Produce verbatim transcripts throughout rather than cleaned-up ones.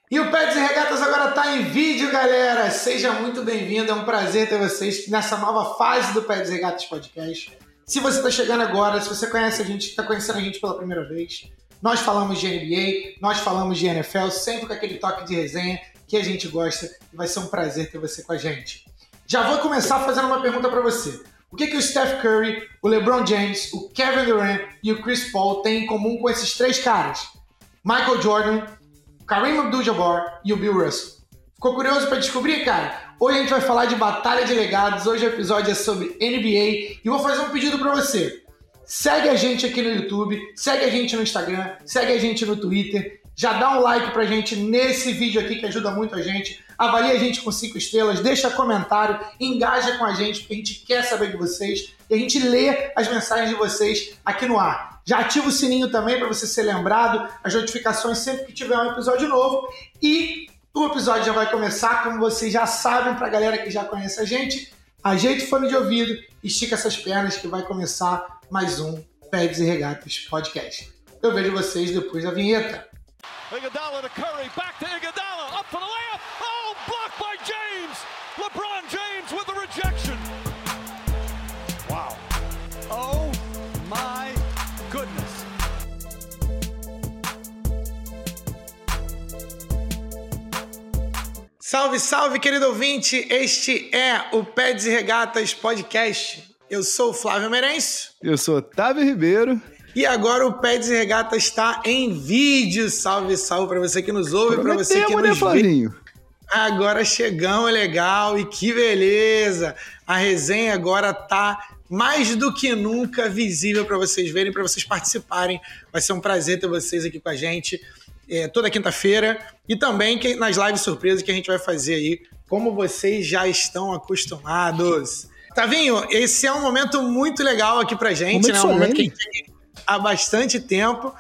E o Pets e Regatas agora está em vídeo, galera! Seja muito bem-vindo, é um prazer ter vocês nessa nova fase do Pets e Regatas Podcast. Se você está chegando agora, se você conhece a gente, está conhecendo a gente pela primeira vez, nós falamos de N B A, nós falamos de N F L, sempre com aquele toque de resenha que a gente gosta e vai ser um prazer ter você com a gente. Já vou começar fazendo uma pergunta para você. O que, que o Steph Curry, o LeBron James, o Kevin Durant e o Chris Paul têm em comum com esses três caras? Michael Jordan, Kareem Abdul-Jabbar e o Bill Russell. Ficou curioso para descobrir, cara? Hoje a gente vai falar de batalha de legados, hoje o episódio é sobre N B A e vou fazer um pedido para você. Segue a gente aqui no YouTube, segue a gente no Instagram, segue a gente no Twitter, já dá um like pra gente nesse vídeo aqui que ajuda muito a gente, avalia a gente com cinco estrelas, deixa comentário, engaja com a gente porque a gente quer saber de vocês e a gente lê as mensagens de vocês aqui no ar. Já ativa o sininho também para você ser lembrado, as notificações sempre que tiver um episódio novo. E o episódio já vai começar, como vocês já sabem, para a galera que já conhece a gente. Ajeite o fone de ouvido, estica essas pernas que vai começar mais um Pets e Regatas Podcast. Eu vejo vocês depois da vinheta. Iguodala to Curry, back to Iguodala, up for the layup. Oh, blocked by James. LeBron James with the rejection. Wow. Oh my goodness. Salve, salve, querido ouvinte! Este é o Pets e Regatas Podcast. Eu sou o Flávio Merencio. Eu sou Otávio Ribeiro. E agora o Pets e Regatas está em vídeo. Salve, salve para você que nos ouve, para você que nos vê. Agora chegamos, legal, e que beleza! A resenha agora tá mais do que nunca visível para vocês verem, para vocês participarem. Vai ser um prazer ter vocês aqui com a gente é, toda quinta-feira e também que, nas lives surpresas que a gente vai fazer aí, como vocês já estão acostumados. Tavinho, esse é um momento muito legal aqui pra gente, né? Um momento que a gente tem há bastante tempo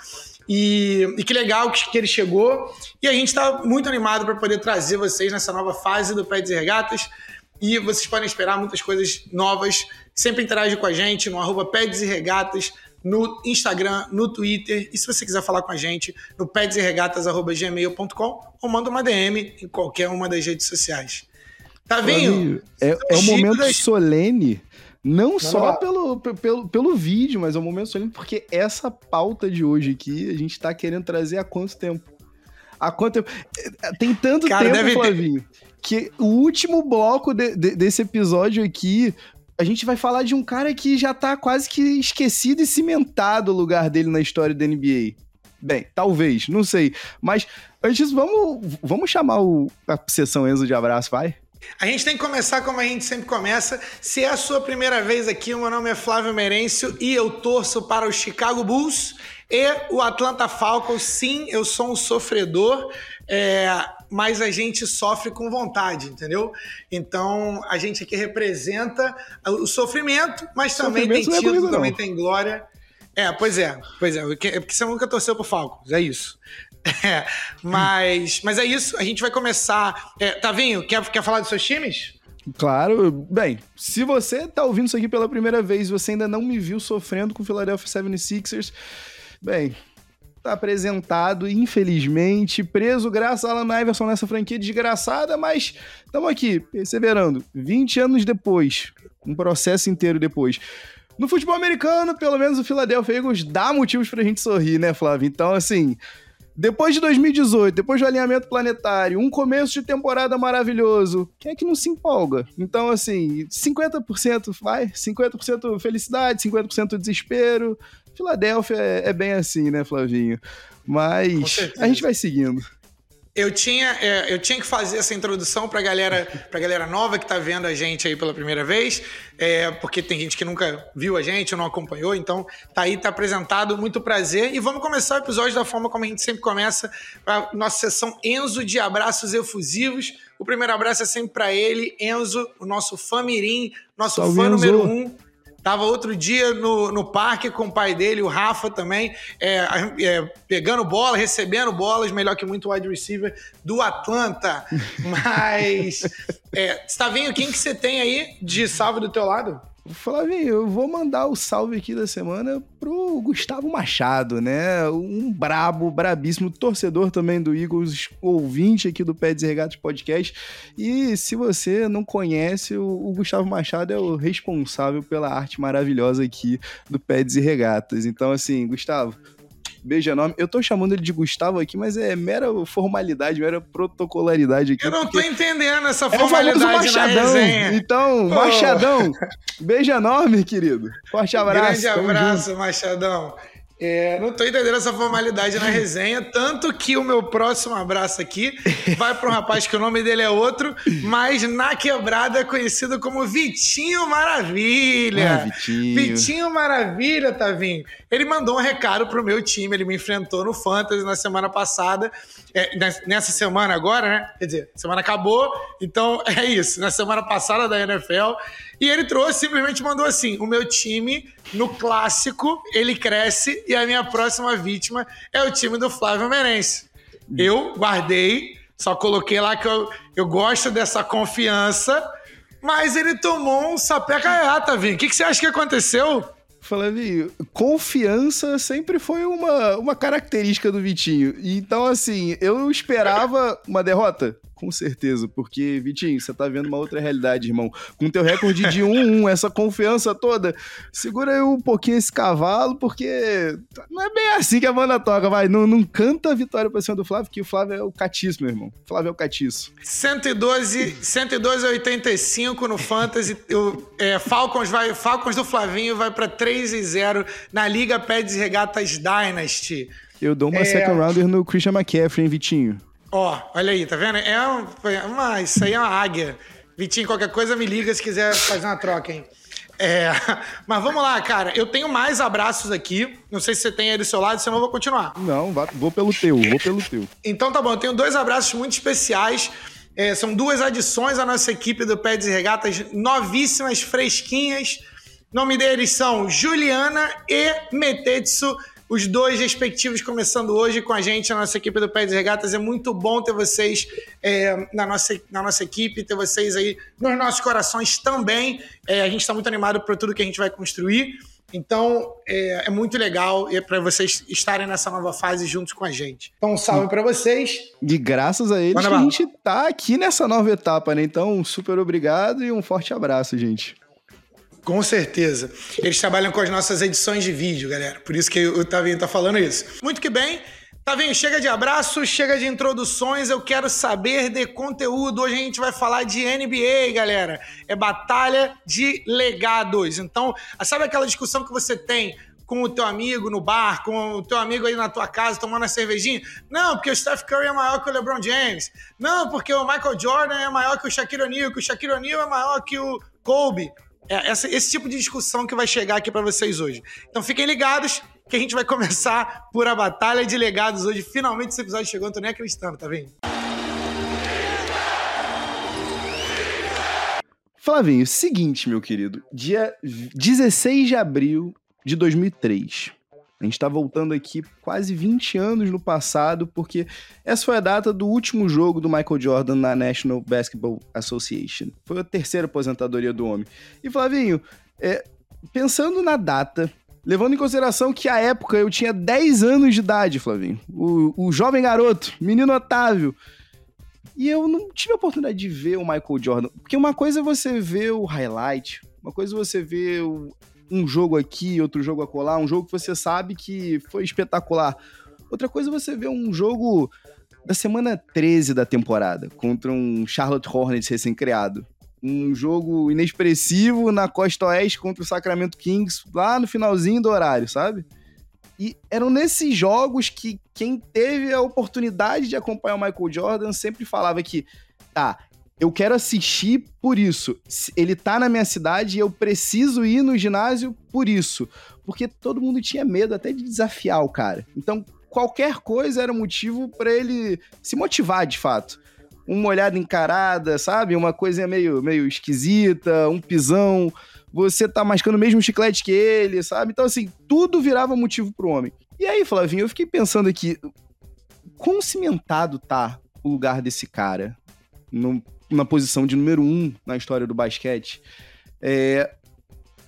e, e que legal que, que ele chegou. E a gente está muito animado para poder trazer vocês nessa nova fase do Pets e Regatas. E vocês podem esperar muitas coisas novas. Sempre interage com a gente no arroba Pets e Regatas, no Instagram, no Twitter. E se você quiser falar com a gente, no pets e regatas arroba gmail ponto com ou manda uma D M em qualquer uma das redes sociais. Tavinho? É, é um momento das... solene, não, não só não. Pelo, pelo, pelo vídeo, mas é um momento solene porque essa pauta de hoje aqui, a gente tá querendo trazer há quanto tempo? Há quanto tempo? Tem tanto Cara, tempo, Flavinho, ter... que o último bloco de, de, desse episódio aqui, a gente vai falar de um cara que já tá quase que esquecido e cimentado o lugar dele na história da N B A. Bem, talvez, não sei. Mas antes, vamos, vamos chamar o, a sessão Enzo de abraço, vai? A gente tem que começar como a gente sempre começa. Se é a sua primeira vez aqui, o meu nome é Flávio Merencio e eu torço para o Chicago Bulls e o Atlanta Falcons. Sim, eu sou um sofredor, é, mas a gente sofre com vontade, entendeu? Então, a gente aqui representa o sofrimento, mas também tem título, é também tem glória. É, pois é, pois é, porque você nunca torceu pro Falcons, é isso. É, mas, mas é isso, a gente vai começar. É, Tavinho, quer, quer falar dos seus times? Claro, bem, se você tá ouvindo isso aqui pela primeira vez e você ainda não me viu sofrendo com o Philadelphia setenta e seis ers, bem, tá apresentado, infelizmente, preso graças a Allen Iverson nessa franquia desgraçada, mas estamos aqui, perseverando, vinte anos depois, um processo inteiro depois. No futebol americano, pelo menos o Philadelphia Eagles dá motivos pra gente sorrir, né, Flávio? Então, assim, depois de dois mil e dezoito, depois do alinhamento planetário, um começo de temporada maravilhoso, quem é que não se empolga? Então, assim, cinquenta por cento vai, cinquenta por cento felicidade, cinquenta por cento desespero. Philadelphia é, é bem assim, né, Flavinho? Mas a gente vai seguindo. Eu tinha, é, eu tinha que fazer essa introdução pra galera, pra galera nova que tá vendo a gente aí pela primeira vez, é, porque tem gente que nunca viu a gente ou não acompanhou, então tá aí, tá apresentado, muito prazer. E vamos começar o episódio da forma como a gente sempre começa, a nossa sessão Enzo de abraços efusivos. O primeiro abraço é sempre pra ele, Enzo, o nosso fã mirim, nosso Salve, fã Enzo. número um. Tava outro dia no, no parque com o pai dele, o Rafa também, é, é, pegando bola, recebendo bolas, melhor que muito wide receiver do Atlanta. Mas, é, Tavinho, quem que você tem aí de salve do teu lado? Flavinho, eu vou mandar o salve aqui da semana pro Gustavo Machado, né? Um brabo, brabíssimo, torcedor também do Eagles, ouvinte aqui do Pads e Regatas Podcast. E se você não conhece, o, o Gustavo Machado é o responsável pela arte maravilhosa aqui do Pads e Regatas. Então, assim, Gustavo, beijo enorme. Eu tô chamando ele de Gustavo aqui, mas é mera formalidade, mera protocolaridade aqui. Eu não tô entendendo essa é formalidade na Machadão. resenha. Então, Pô. Machadão, beijo enorme, querido. Forte abraço. Grande abraço, Machadão. É, não tô entendendo essa formalidade na resenha, tanto que o meu próximo abraço aqui vai para um rapaz que o nome dele é outro, mas na quebrada é conhecido como Vitinho Maravilha. Ah, Vitinho. Vitinho Maravilha, Tavinho. Ele mandou um recado pro meu time, ele me enfrentou no Fantasy na semana passada, é, nessa semana agora, né? Quer dizer, a semana acabou, então é isso, na semana passada da N F L, e ele trouxe, simplesmente mandou assim, o meu time no clássico, ele cresce e a minha próxima vítima é o time do Flávio Meirense. Eu guardei, só coloquei lá que eu, eu gosto dessa confiança, mas ele tomou um sapé-caiata, Vinho. O que, que você acha que aconteceu? Flavinho, confiança sempre foi uma, uma característica do Vitinho. Então, assim, eu esperava uma derrota. Com certeza, porque, Vitinho, você tá vendo uma outra realidade, irmão. Com teu recorde de um a um, essa confiança toda, segura aí um pouquinho esse cavalo, porque não é bem assim que a banda toca, vai. Não, não canta a vitória pra cima do Flávio, que o Flávio é o catiço, meu irmão. O Flávio é o catiço. cento e doze a oitenta e cinco no Fantasy. O, é, Falcons, vai, Falcons do Flavinho vai pra três a zero na Liga Pads e Regatas Dynasty. Eu dou uma é... second rounder no Christian McCaffrey, hein, Vitinho? Ó, oh, olha aí, tá vendo? É uma, isso aí é uma águia. Vitinho, qualquer coisa me liga se quiser fazer uma troca, hein? É, mas vamos lá, cara. Eu tenho mais abraços aqui. Não sei se você tem aí do seu lado, senão eu vou continuar. Não, vou pelo teu, vou pelo teu. Então tá bom, eu tenho dois abraços muito especiais. É, são duas adições à nossa equipe do Pads e Regatas, novíssimas, fresquinhas. O nome deles são Juliana e Metetsu. Os dois respectivos começando hoje com a gente, a nossa equipe do Pads e Regatas. É muito bom ter vocês é, na, nossa, na nossa equipe, ter vocês aí nos nossos corações também. É, a gente está muito animado por tudo que a gente vai construir. Então, é, é muito legal para vocês estarem nessa nova fase juntos com a gente. Então, um salve para vocês. E graças a eles Manda que a barra. gente tá aqui nessa nova etapa, né? Então, super obrigado e um forte abraço, gente. Com certeza. Eles trabalham com as nossas edições de vídeo, galera. Por isso que o Tavinho tá falando isso. Muito que bem. Tavinho, chega de abraços, chega de introduções. Eu quero saber de conteúdo. Hoje a gente vai falar de N B A, galera. É batalha de legados. Então, sabe aquela discussão que você tem com o teu amigo no bar, com o teu amigo aí na tua casa tomando a cervejinha? Não, porque o Steph Curry é maior que o LeBron James. Não, porque o Michael Jordan é maior que o Shaquille O'Neal, que o Shaquille O'Neal é maior que o Kobe. É esse, esse tipo de discussão que vai chegar aqui pra vocês hoje. Então fiquem ligados que a gente vai começar por a Batalha de Legados hoje. Finalmente esse episódio chegou, não tô nem acreditando, tá vendo? Flavinho, seguinte, meu querido. Dia dezesseis de abril de dois mil e três. A gente tá voltando aqui quase vinte anos no passado, porque essa foi a data do último jogo do Michael Jordan na National Basketball Association. Foi a terceira aposentadoria do homem. E, Flavinho, é, pensando na data, levando em consideração que à época eu tinha dez anos de idade, Flavinho, o, o jovem garoto, menino Otávio, e eu não tive a oportunidade de ver o Michael Jordan, porque uma coisa é você ver o highlight, uma coisa é você ver o um jogo aqui, outro jogo acolá, um jogo que você sabe que foi espetacular. Outra coisa é você ver um jogo da semana treze da temporada, contra um Charlotte Hornets recém-criado. Um jogo inexpressivo na Costa Oeste contra o Sacramento Kings, lá no finalzinho do horário, sabe? E eram nesses jogos que quem teve a oportunidade de acompanhar o Michael Jordan sempre falava que, tá, eu quero assistir por isso. Ele tá na minha cidade e eu preciso ir no ginásio por isso. Porque todo mundo tinha medo até de desafiar o cara. Então, qualquer coisa era motivo pra ele se motivar, de fato. Uma olhada encarada, sabe? Uma coisa meio, meio esquisita, um pisão. Você tá mascando o mesmo chiclete que ele, sabe? Então, assim, tudo virava motivo pro homem. E aí, Flavinho, eu fiquei pensando aqui, quão cimentado tá o lugar desse cara no... na posição de número um na história do basquete. É,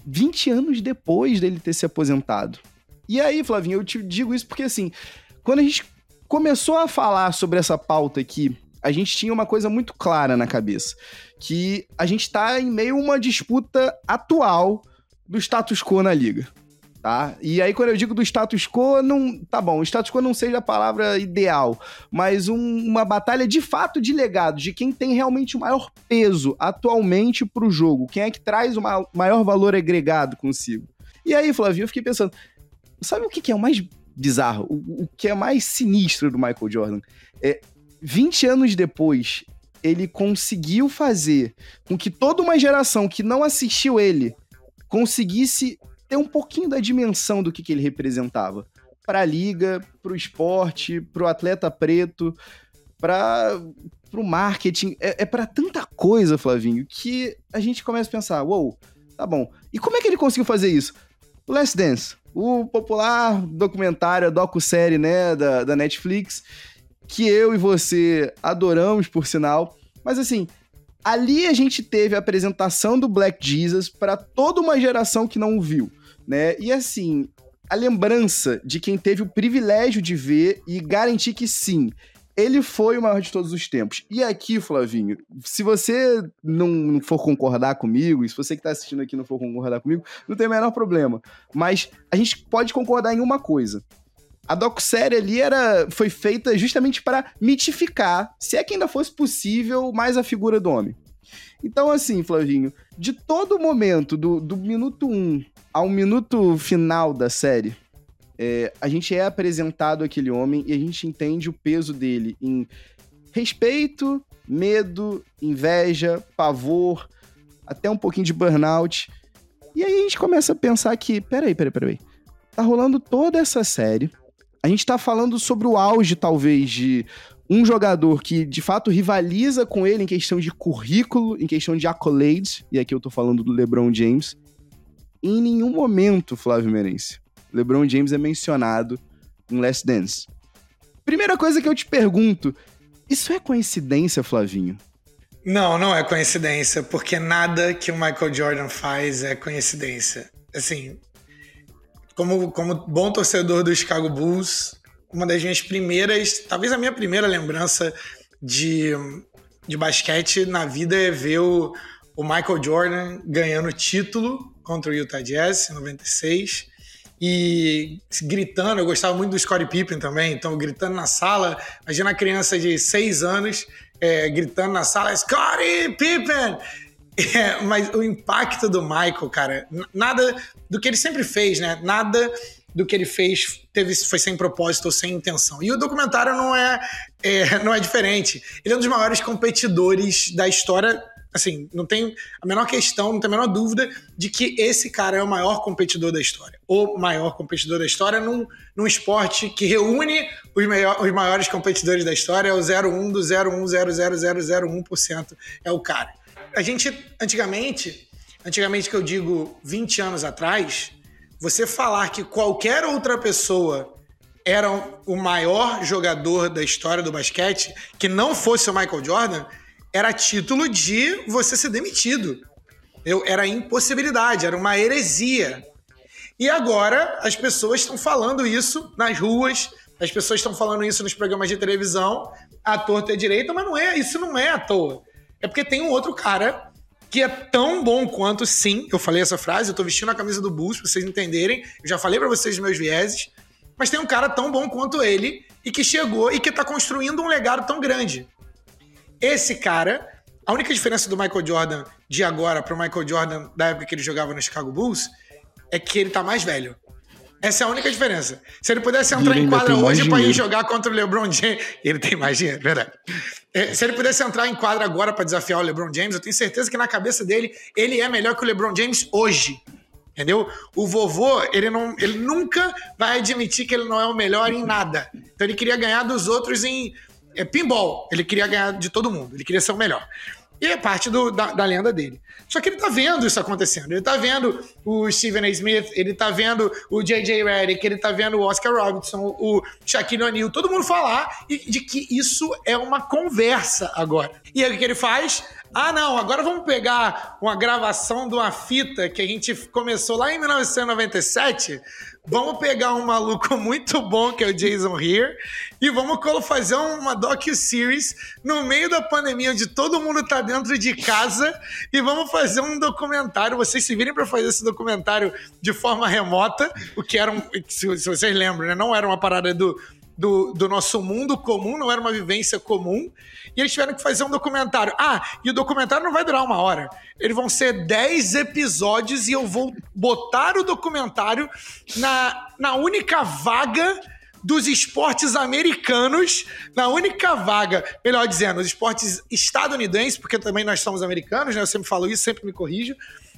vinte anos depois dele ter se aposentado. E aí, Flavinho, eu te digo isso porque, assim, quando a gente começou a falar sobre essa pauta aqui, a gente tinha uma coisa muito clara na cabeça, que a gente tá em meio a uma disputa atual do status quo na liga, tá? E aí, quando eu digo do status quo, não... Tá bom, o status quo não seja a palavra ideal, mas um, uma batalha de fato de legado, de quem tem realmente o maior peso atualmente pro jogo, quem é que traz o maior valor agregado consigo. E aí, Flavinho, eu fiquei pensando, sabe o que é o mais bizarro? O, o que é mais sinistro do Michael Jordan? É, vinte anos depois, ele conseguiu fazer com que toda uma geração que não assistiu ele conseguisse ter um pouquinho da dimensão do que, que ele representava. Para a liga, para o esporte, para o atleta preto, para o marketing. É, é para tanta coisa, Flavinho, que a gente começa a pensar, uou, wow, tá bom. E como é que ele conseguiu fazer isso? O Last Dance, o popular documentário, a docu-série, né, da, da Netflix, que eu e você adoramos, por sinal. Mas assim, ali a gente teve a apresentação do Black Jesus para toda uma geração que não o viu, né? E assim, a lembrança de quem teve o privilégio de ver e garantir que sim, ele foi o maior de todos os tempos. E aqui, Flavinho, se você não for concordar comigo, e se você que está assistindo aqui não for concordar comigo, não tem o menor problema. Mas a gente pode concordar em uma coisa. A docu-série ali era, foi feita justamente para mitificar, se é que ainda fosse possível, mais a figura do homem. Então, assim, Flavinho, de todo momento, do, do minuto um ao minuto final da série, é, a gente é apresentado aquele homem e a gente entende o peso dele em respeito, medo, inveja, pavor, até um pouquinho de burnout. E aí a gente começa a pensar que, peraí, peraí, peraí, tá rolando toda essa série. A gente tá falando sobre o auge, talvez, de um jogador que, de fato, rivaliza com ele em questão de currículo, em questão de accolades, e aqui eu tô falando do LeBron James. E em nenhum momento, Flávio Meirense, LeBron James é mencionado em Last Dance. Primeira coisa que eu te pergunto, isso é coincidência, Flavinho? Não, não é coincidência, porque nada que o Michael Jordan faz é coincidência. Assim... Como, como bom torcedor do Chicago Bulls, uma das minhas primeiras, talvez a minha primeira lembrança de, de basquete na vida é ver o, o Michael Jordan ganhando título contra o Utah Jazz em noventa e seis e gritando. Eu gostava muito do Scottie Pippen também, então gritando na sala. Imagina a criança de seis anos é, gritando na sala, Scottie Pippen! É, mas o impacto do Michael, cara, nada do que ele sempre fez, né? Nada do que ele fez teve, foi sem propósito ou sem intenção. E o documentário não é, é, não é diferente. Ele é um dos maiores competidores da história. Assim, não tem a menor questão, não tem a menor dúvida de que esse cara é o maior competidor da história. O maior competidor da história num, num esporte que reúne os, maior, os maiores competidores da história. É o zero vírgula um do zero vírgula um zero zero zero zero um por cento é o cara. A gente, antigamente, antigamente que eu digo vinte anos atrás, você falar que qualquer outra pessoa era o maior jogador da história do basquete, que não fosse o Michael Jordan, era título de você ser demitido. Eu, era impossibilidade, era uma heresia. E agora as pessoas estão falando isso nas ruas, as pessoas estão falando isso nos programas de televisão, à torta e à direita, mas não é, isso não é à toa. É porque tem um outro cara que é tão bom quanto, sim, eu falei essa frase, eu tô vestindo a camisa do Bulls pra vocês entenderem, eu já falei pra vocês os meus vieses, mas tem um cara tão bom quanto ele e que chegou e que tá construindo um legado tão grande. Esse cara, a única diferença do Michael Jordan de agora pro Michael Jordan da época que ele jogava no Chicago Bulls é que ele tá mais velho. Essa é a única diferença. Se ele pudesse entrar em quadra hoje para ir jogar contra o LeBron James... Ele tem mais dinheiro, verdade. É, se ele pudesse entrar em quadra agora para desafiar o LeBron James, eu tenho certeza que na cabeça dele, ele é melhor que o LeBron James hoje. Entendeu? O vovô, ele, não, ele nunca vai admitir que ele não é o melhor em nada. Então ele queria ganhar dos outros em é, pinball. Ele queria ganhar de todo mundo. Ele queria ser o melhor. E é parte do, da, da lenda dele. Só que ele tá vendo isso acontecendo. Ele tá vendo o Stephen A. Smith, ele tá vendo o J J Redick, ele tá vendo o Oscar Robertson, o Shaquille O'Neal, todo mundo falar de que isso é uma conversa agora. E aí o que ele faz? ah, não, agora vamos pegar uma gravação de uma fita que a gente começou lá em mil novecentos e noventa e sete, vamos pegar um maluco muito bom, que é o Jason Here, e vamos fazer uma docu-series no meio da pandemia, onde todo mundo tá dentro de casa, e vamos fazer um documentário. Vocês se virem para fazer esse documentário de forma remota, o que era, um, se, se vocês lembram, né? Não era uma parada do... Do, do nosso mundo comum, não era uma vivência comum, e eles tiveram que fazer um documentário. Ah, e o documentário não vai durar uma hora. Eles vão ser dez episódios e eu vou botar o documentário na, na única vaga dos esportes americanos, na única vaga, melhor dizendo, os esportes estadunidenses, porque também nós somos americanos, né? Eu sempre falo isso, sempre me corrijo,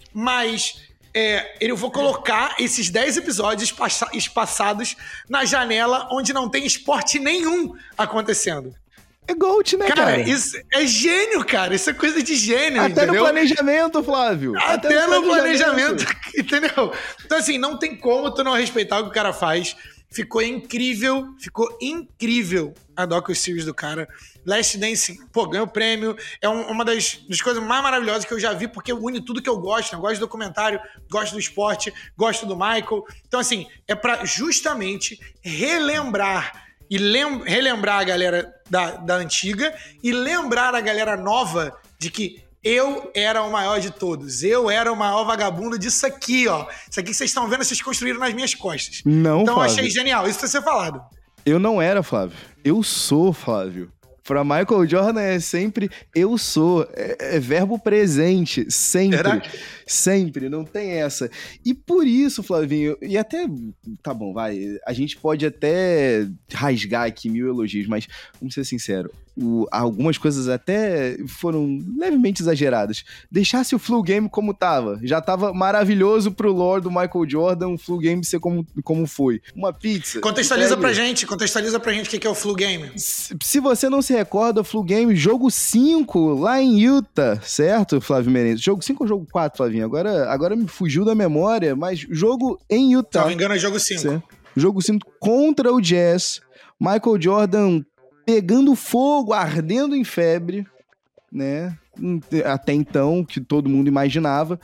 mas... É, eu vou colocar esses dez episódios espaçados na janela onde não tem esporte nenhum acontecendo. É GOAT, né, cara? Cara, isso é gênio, cara. Isso é coisa de gênio, Até entendeu? no planejamento, Flávio. Até, Até no, no planejamento. planejamento, entendeu? Então, assim, não tem como tu não respeitar o que o cara faz. Ficou incrível, ficou incrível a docu-series do cara. Last Dance, pô, ganhou o prêmio. É um, uma das, das coisas mais maravilhosas que eu já vi, porque une tudo que eu gosto. Né? Eu gosto de documentário, gosto do esporte, gosto do Michael. Então, assim, é pra justamente relembrar e lem- relembrar a galera da, da antiga e lembrar a galera nova de que eu era o maior de todos. Eu era o maior vagabundo disso aqui, ó. Isso aqui que vocês estão vendo, vocês construíram nas minhas costas. Não, Então, Flávio. achei genial. Isso precisa ser falado. Eu não era, Flávio. Eu sou, Flávio. Pra Michael Jordan é sempre eu sou. É, é verbo presente. Sempre. Será? Sempre. Não tem essa. E por isso, Flavinho, e até... Tá bom, vai. A gente pode até rasgar aqui mil elogios, mas vamos ser sinceros. O, algumas coisas até foram levemente exageradas. Deixasse o Flu Game como tava. Já tava maravilhoso pro lore do Michael Jordan o Flu Game ser como, como foi. Uma pizza. Contextualiza pra gente, contextualiza pra gente o que é o Flu Game. Se, se você não se recorda, o Flu Game, jogo cinco, lá em Utah, certo, Flávio Menezes? Jogo cinco ou jogo quatro, Flavinho? Agora, agora me fugiu da memória, mas jogo em Utah. Se não me engano, é jogo cinco. Certo? Jogo cinco contra o Jazz. Michael Jordan pegando fogo, ardendo em febre, né? Até então, que todo mundo imaginava,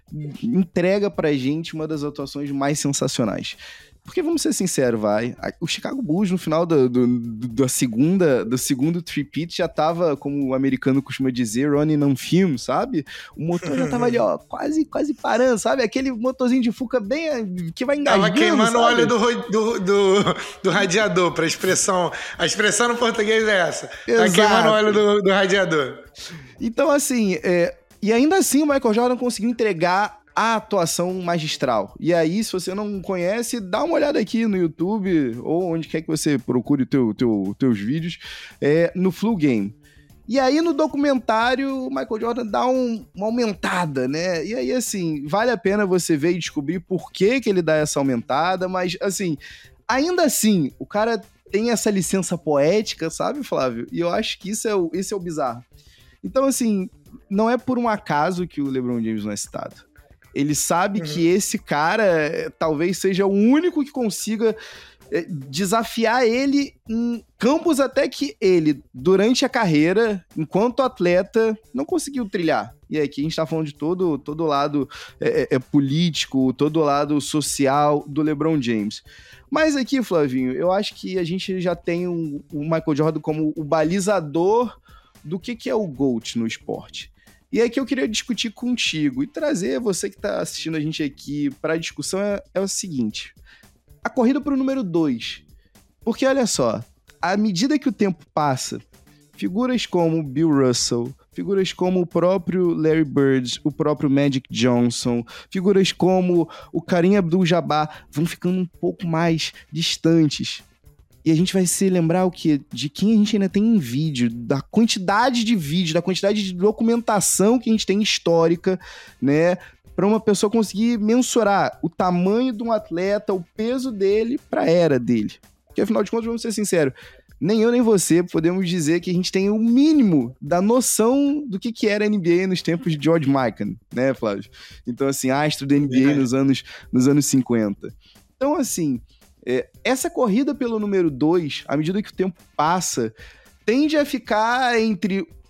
entrega pra gente uma das atuações mais sensacionais. Porque, vamos ser sinceros, vai, o Chicago Bulls no final do, do, do, da segunda, do segundo three-peat já tava, como o americano costuma dizer, running on film, sabe? O motor já tava ali, ó, quase, quase parando, sabe? Aquele motorzinho de Fuca bem, que vai engasgando, tava queimando sabe? o óleo do, do, do, do radiador, pra expressão, a expressão no português é essa. Exato. Tá queimando o óleo do, do radiador. Então, assim, é, e ainda assim o Michael Jordan conseguiu entregar a atuação magistral. E aí, se você não conhece, dá uma olhada aqui no YouTube ou onde quer que você procure teu, teu, teus vídeos, é, no Flu Game. E aí, no documentário, o Michael Jordan dá um, uma aumentada, né? E aí, assim, vale a pena você ver e descobrir por que que ele dá essa aumentada, mas, assim, ainda assim, o cara tem essa licença poética, sabe, Flávio? E eu acho que isso é o, esse é o bizarro. Então, assim, não é por um acaso que o LeBron James não é citado. Ele sabe uhum. que esse cara é, talvez seja o único que consiga é, desafiar ele em campos até que ele, durante a carreira, enquanto atleta, não conseguiu trilhar. E aqui a gente tá falando de todo todo lado é, é, político, todo lado social do LeBron James. Mas aqui, Flavinho, eu acho que a gente já tem o, o Michael Jordan como o balizador do que, que é o GOAT no esporte. E aí que eu queria discutir contigo e trazer você que está assistindo a gente aqui para a discussão é, é o seguinte. A corrida para o número dois. Porque olha só, à medida que o tempo passa, figuras como Bill Russell, figuras como o próprio Larry Bird, o próprio Magic Johnson, figuras como o Kareem Abdul-Jabbar vão ficando um pouco mais distantes. E a gente vai se lembrar o quê? De quem a gente ainda tem em vídeo, da quantidade de vídeo, da quantidade de documentação que a gente tem histórica, né? Para uma pessoa conseguir mensurar o tamanho de um atleta, o peso dele para a era dele. Porque, afinal de contas, vamos ser sinceros, nem eu nem você podemos dizer que a gente tem o mínimo da noção do que, que era a N B A nos tempos de George Mikan, né, Flávio? Então, assim, astro da N B A é. nos anos, nos anos cinquenta. Então, assim... É, essa corrida pelo número dois, à medida que o tempo passa, tende a ficar entre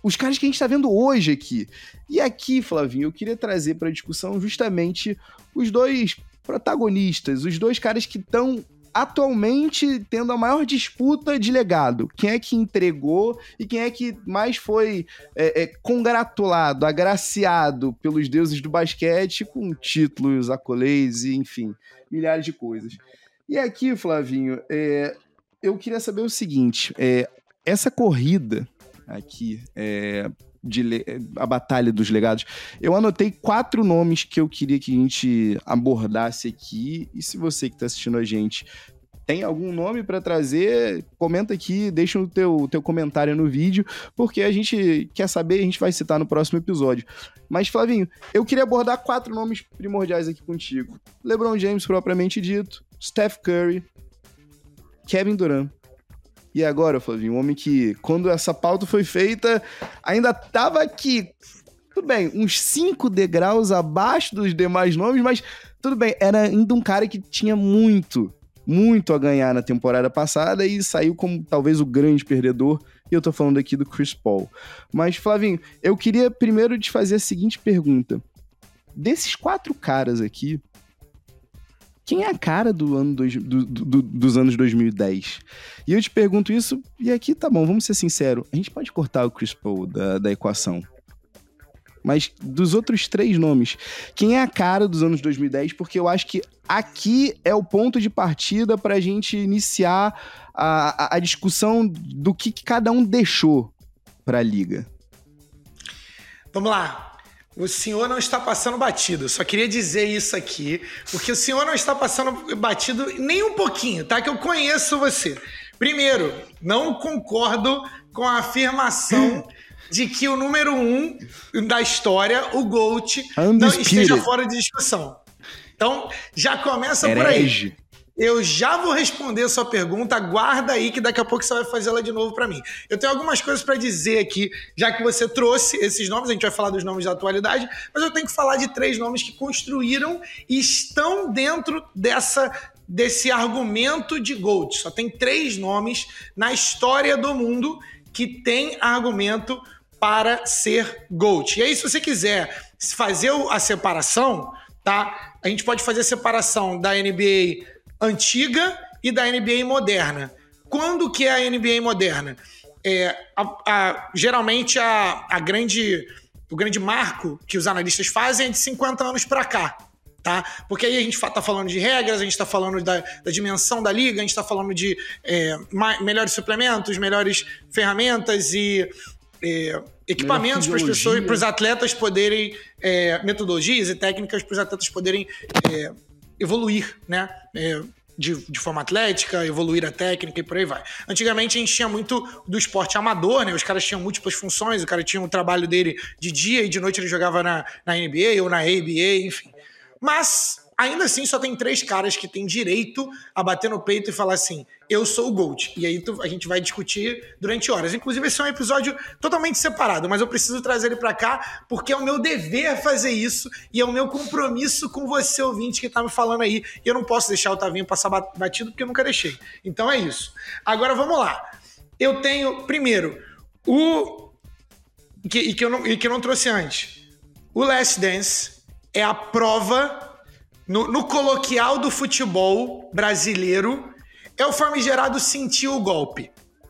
os caras que a gente tá vendo hoje aqui. E aqui, Flavinho, eu queria trazer pra discussão justamente os dois protagonistas, os dois caras que estão atualmente tendo a maior disputa de legado. Quem é que entregou e quem é que mais foi é, é, congratulado, agraciado pelos deuses do basquete com títulos, accolades e, enfim, milhares de coisas. E aqui, Flavinho, é, eu queria saber o seguinte, é, essa corrida aqui, é, de, a Batalha dos Legados, eu anotei quatro nomes que eu queria que a gente abordasse aqui, e se você que está assistindo a gente tem algum nome para trazer, comenta aqui, deixa o teu, teu comentário no vídeo, porque a gente quer saber, a gente vai citar no próximo episódio. Mas, Flavinho, eu queria abordar quatro nomes primordiais aqui contigo. LeBron James, propriamente dito, Steph Curry, Kevin Durant. E agora, Flavinho, um homem que, quando essa pauta foi feita, ainda tava aqui, tudo bem, uns cinco degraus abaixo dos demais nomes, mas tudo bem, era ainda um cara que tinha muito, muito a ganhar na temporada passada e saiu como talvez o grande perdedor, e eu tô falando aqui do Chris Paul. Mas, Flavinho, eu queria primeiro te fazer a seguinte pergunta. Desses quatro caras aqui, quem é a cara do ano dois, do, do, dos anos dois mil e dez? E eu te pergunto isso, e aqui tá bom, vamos ser sinceros, a gente pode cortar o Chris Paul da, da equação. Mas dos outros três nomes, quem é a cara dos anos dois mil e dez? Porque eu acho que aqui é o ponto de partida pra gente iniciar a, a, a discussão do que, que cada um deixou pra liga. Vamos lá. O senhor não está passando batido. Só queria dizer isso aqui, porque o senhor não está passando batido nem um pouquinho, tá? Que eu conheço você. Primeiro, não concordo com a afirmação de que o número um da história, o GOAT, não esteja fora de discussão. Então, já começa Herege. por aí. Eu já vou responder a sua pergunta, aguarda aí que daqui a pouco você vai fazer ela de novo pra mim. Eu tenho algumas coisas pra dizer aqui, já que você trouxe esses nomes, a gente vai falar dos nomes da atualidade, mas eu tenho que falar de três nomes que construíram e estão dentro dessa, desse argumento de GOAT. Só tem três nomes na história do mundo que tem argumento para ser GOAT. E aí, se você quiser fazer a separação, tá? A gente pode fazer a separação da N B A antiga e da N B A moderna. Quando que é a N B A moderna? É, a, a, geralmente a, a grande, o grande marco que os analistas fazem é de cinquenta anos para cá, tá? Porque aí a gente tá falando de regras, a gente tá falando da, da dimensão da liga, a gente tá falando de é, ma- melhores suplementos, melhores ferramentas e é, equipamentos para as pessoas, para os atletas poderem, é, metodologias e técnicas para os atletas poderem é, evoluir, né? É, de, de forma atlética, evoluir a técnica e por aí vai. Antigamente a gente tinha muito do esporte amador, né? Os caras tinham múltiplas funções, o cara tinha um trabalho dele de dia e de noite ele jogava na, na N B A ou na A B A, enfim. Mas, ainda assim, só tem três caras que têm direito a bater no peito e falar assim, eu sou o GOAT. E aí tu, a gente vai discutir durante horas. Inclusive, esse é um episódio totalmente separado, mas eu preciso trazer ele pra cá porque é o meu dever fazer isso e é o meu compromisso com você, ouvinte, que tá me falando aí. E eu não posso deixar o Tavinho passar batido porque eu nunca deixei. Então é isso. Agora, vamos lá. Eu tenho, primeiro, o... Que, e, que eu não, e que eu não trouxe antes. O Last Dance é a prova... No, no coloquial do futebol brasileiro, é o famigerado sentir o golpe.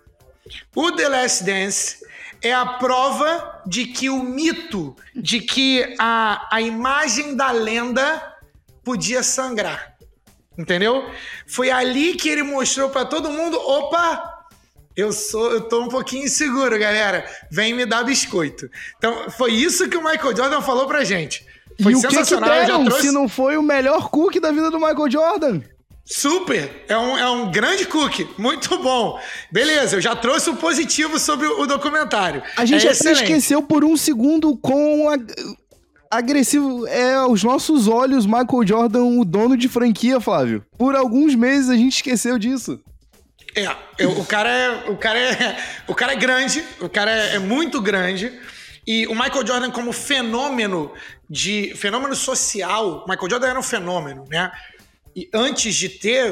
O The Last Dance é a prova de que o mito, de que a, a imagem da lenda podia sangrar. Entendeu? Foi ali que ele mostrou pra todo mundo, opa, eu sou, eu tô um pouquinho inseguro, galera. Vem me dar biscoito. Então, foi isso que o Michael Jordan falou pra gente. Foi e o sensacional. que que deram, eu já trouxe... se não foi o melhor cookie da vida do Michael Jordan? Super! É um, é um grande cookie. Muito bom. Beleza, eu já trouxe o positivo sobre o, o documentário. A gente é até esqueceu por um segundo com a... agressivo é aos nossos olhos Michael Jordan, o dono de franquia, Flávio. Por alguns meses a gente esqueceu disso. É, eu, o cara é, o cara é, o cara é grande, o cara é, é muito grande. E o Michael Jordan como fenômeno de fenômeno social, Michael Jordan era um fenômeno, né? E antes de ter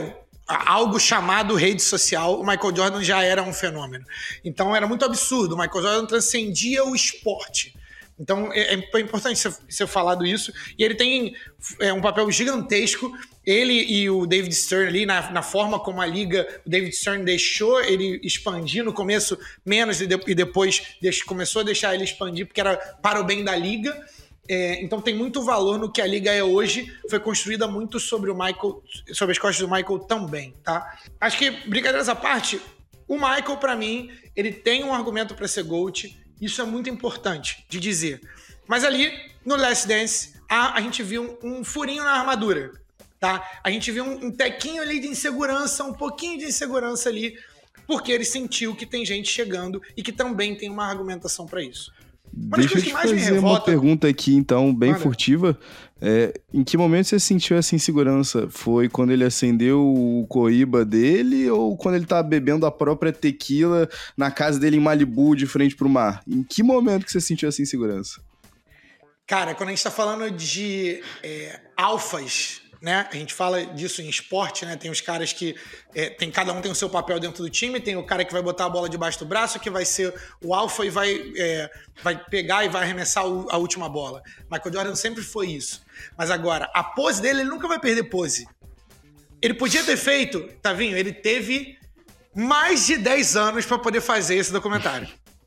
algo chamado rede social, o Michael Jordan já era um fenômeno. Então era muito absurdo, o Michael Jordan transcendia o esporte. Então é, é importante você, você falar disso. E ele tem é, um papel gigantesco, ele e o David Stern ali, na, na forma como a liga, o David Stern deixou ele expandir, no começo menos e, de, e depois deixou, começou a deixar ele expandir porque era para o bem da liga. É, então tem muito valor no que a liga é hoje, foi construída muito sobre o Michael, sobre as costas do Michael também, tá? Acho que, brincadeiras à parte, o Michael, pra mim, ele tem um argumento pra ser GOAT. Isso é muito importante de dizer. Mas ali, no Last Dance, a, a gente viu um, um furinho na armadura, tá? A gente viu um, um tequinho ali de insegurança, um pouquinho de insegurança ali, porque ele sentiu que tem gente chegando e que também tem uma argumentação para isso. Uma Deixa eu te fazer revolta... uma pergunta aqui, então, bem Manda. furtiva. É, em que momento você sentiu essa insegurança? Foi quando ele acendeu o coíba dele ou quando ele tava bebendo a própria tequila na casa dele em Malibu, de frente pro mar? Em que momento que você sentiu essa insegurança? Cara, quando a gente tá falando de é, alfas, né? A gente fala disso em esporte, né? Tem os caras que... É, tem, cada um tem o seu papel dentro do time. Tem o cara que vai botar a bola debaixo do braço, que vai ser o alfa e vai, é, vai pegar e vai arremessar o, a última bola. Michael Jordan sempre foi isso. Mas agora, a pose dele, ele nunca vai perder pose. Ele podia ter feito, Tavinho, ele teve mais de dez anos pra poder fazer esse documentário.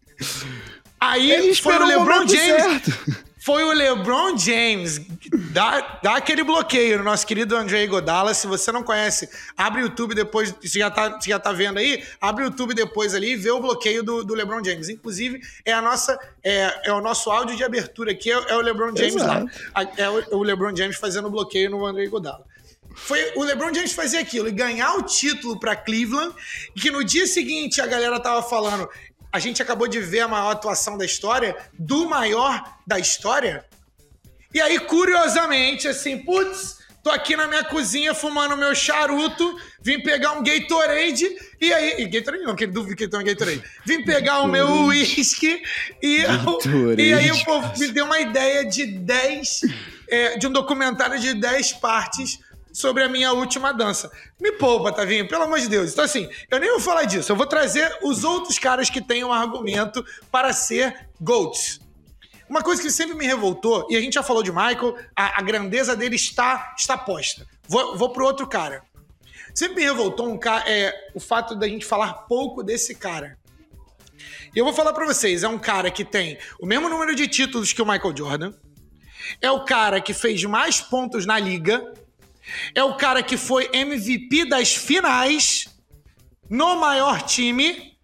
Aí ele foi o LeBron James... Certo. Foi o LeBron James dar, dar aquele bloqueio no nosso querido Andre Iguodala. Se você não conhece, abre o YouTube depois, se já tá, se já tá vendo aí, abre o YouTube depois ali e vê o bloqueio do, do LeBron James. Inclusive, é, a nossa, é, é o nosso áudio de abertura aqui, é, é o LeBron James Exato. lá. É o, o LeBron James fazendo o bloqueio no Andre Iguodala. Foi o LeBron James fazer aquilo e ganhar o título para Cleveland, e que no dia seguinte a galera tava falando... A gente acabou de ver a maior atuação da história, do maior da história. E aí, curiosamente, assim, putz, tô aqui na minha cozinha fumando meu charuto, vim pegar um Gatorade, e aí... E Gatorade não, que ele duvido que tem um Gatorade. Vim pegar o meu uísque, e, e aí o povo me deu uma ideia de dez... É, de um documentário de dez partes sobre a minha última dança. Me poupa, Tavinho, pelo amor de Deus. Então, assim, eu nem vou falar disso. Eu vou trazer os outros caras que têm um argumento para ser GOATs. Uma coisa que sempre me revoltou, e a gente já falou de Michael, a, a grandeza dele está, está posta. Vou, vou pro outro cara. Sempre me revoltou um cara, é, o fato da gente falar pouco desse cara. E eu vou falar para vocês, é um cara que tem o mesmo número de títulos que o Michael Jordan, é o cara que fez mais pontos na liga, é o cara que foi M V P das finais no maior time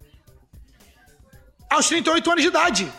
aos trinta e oito anos de idade.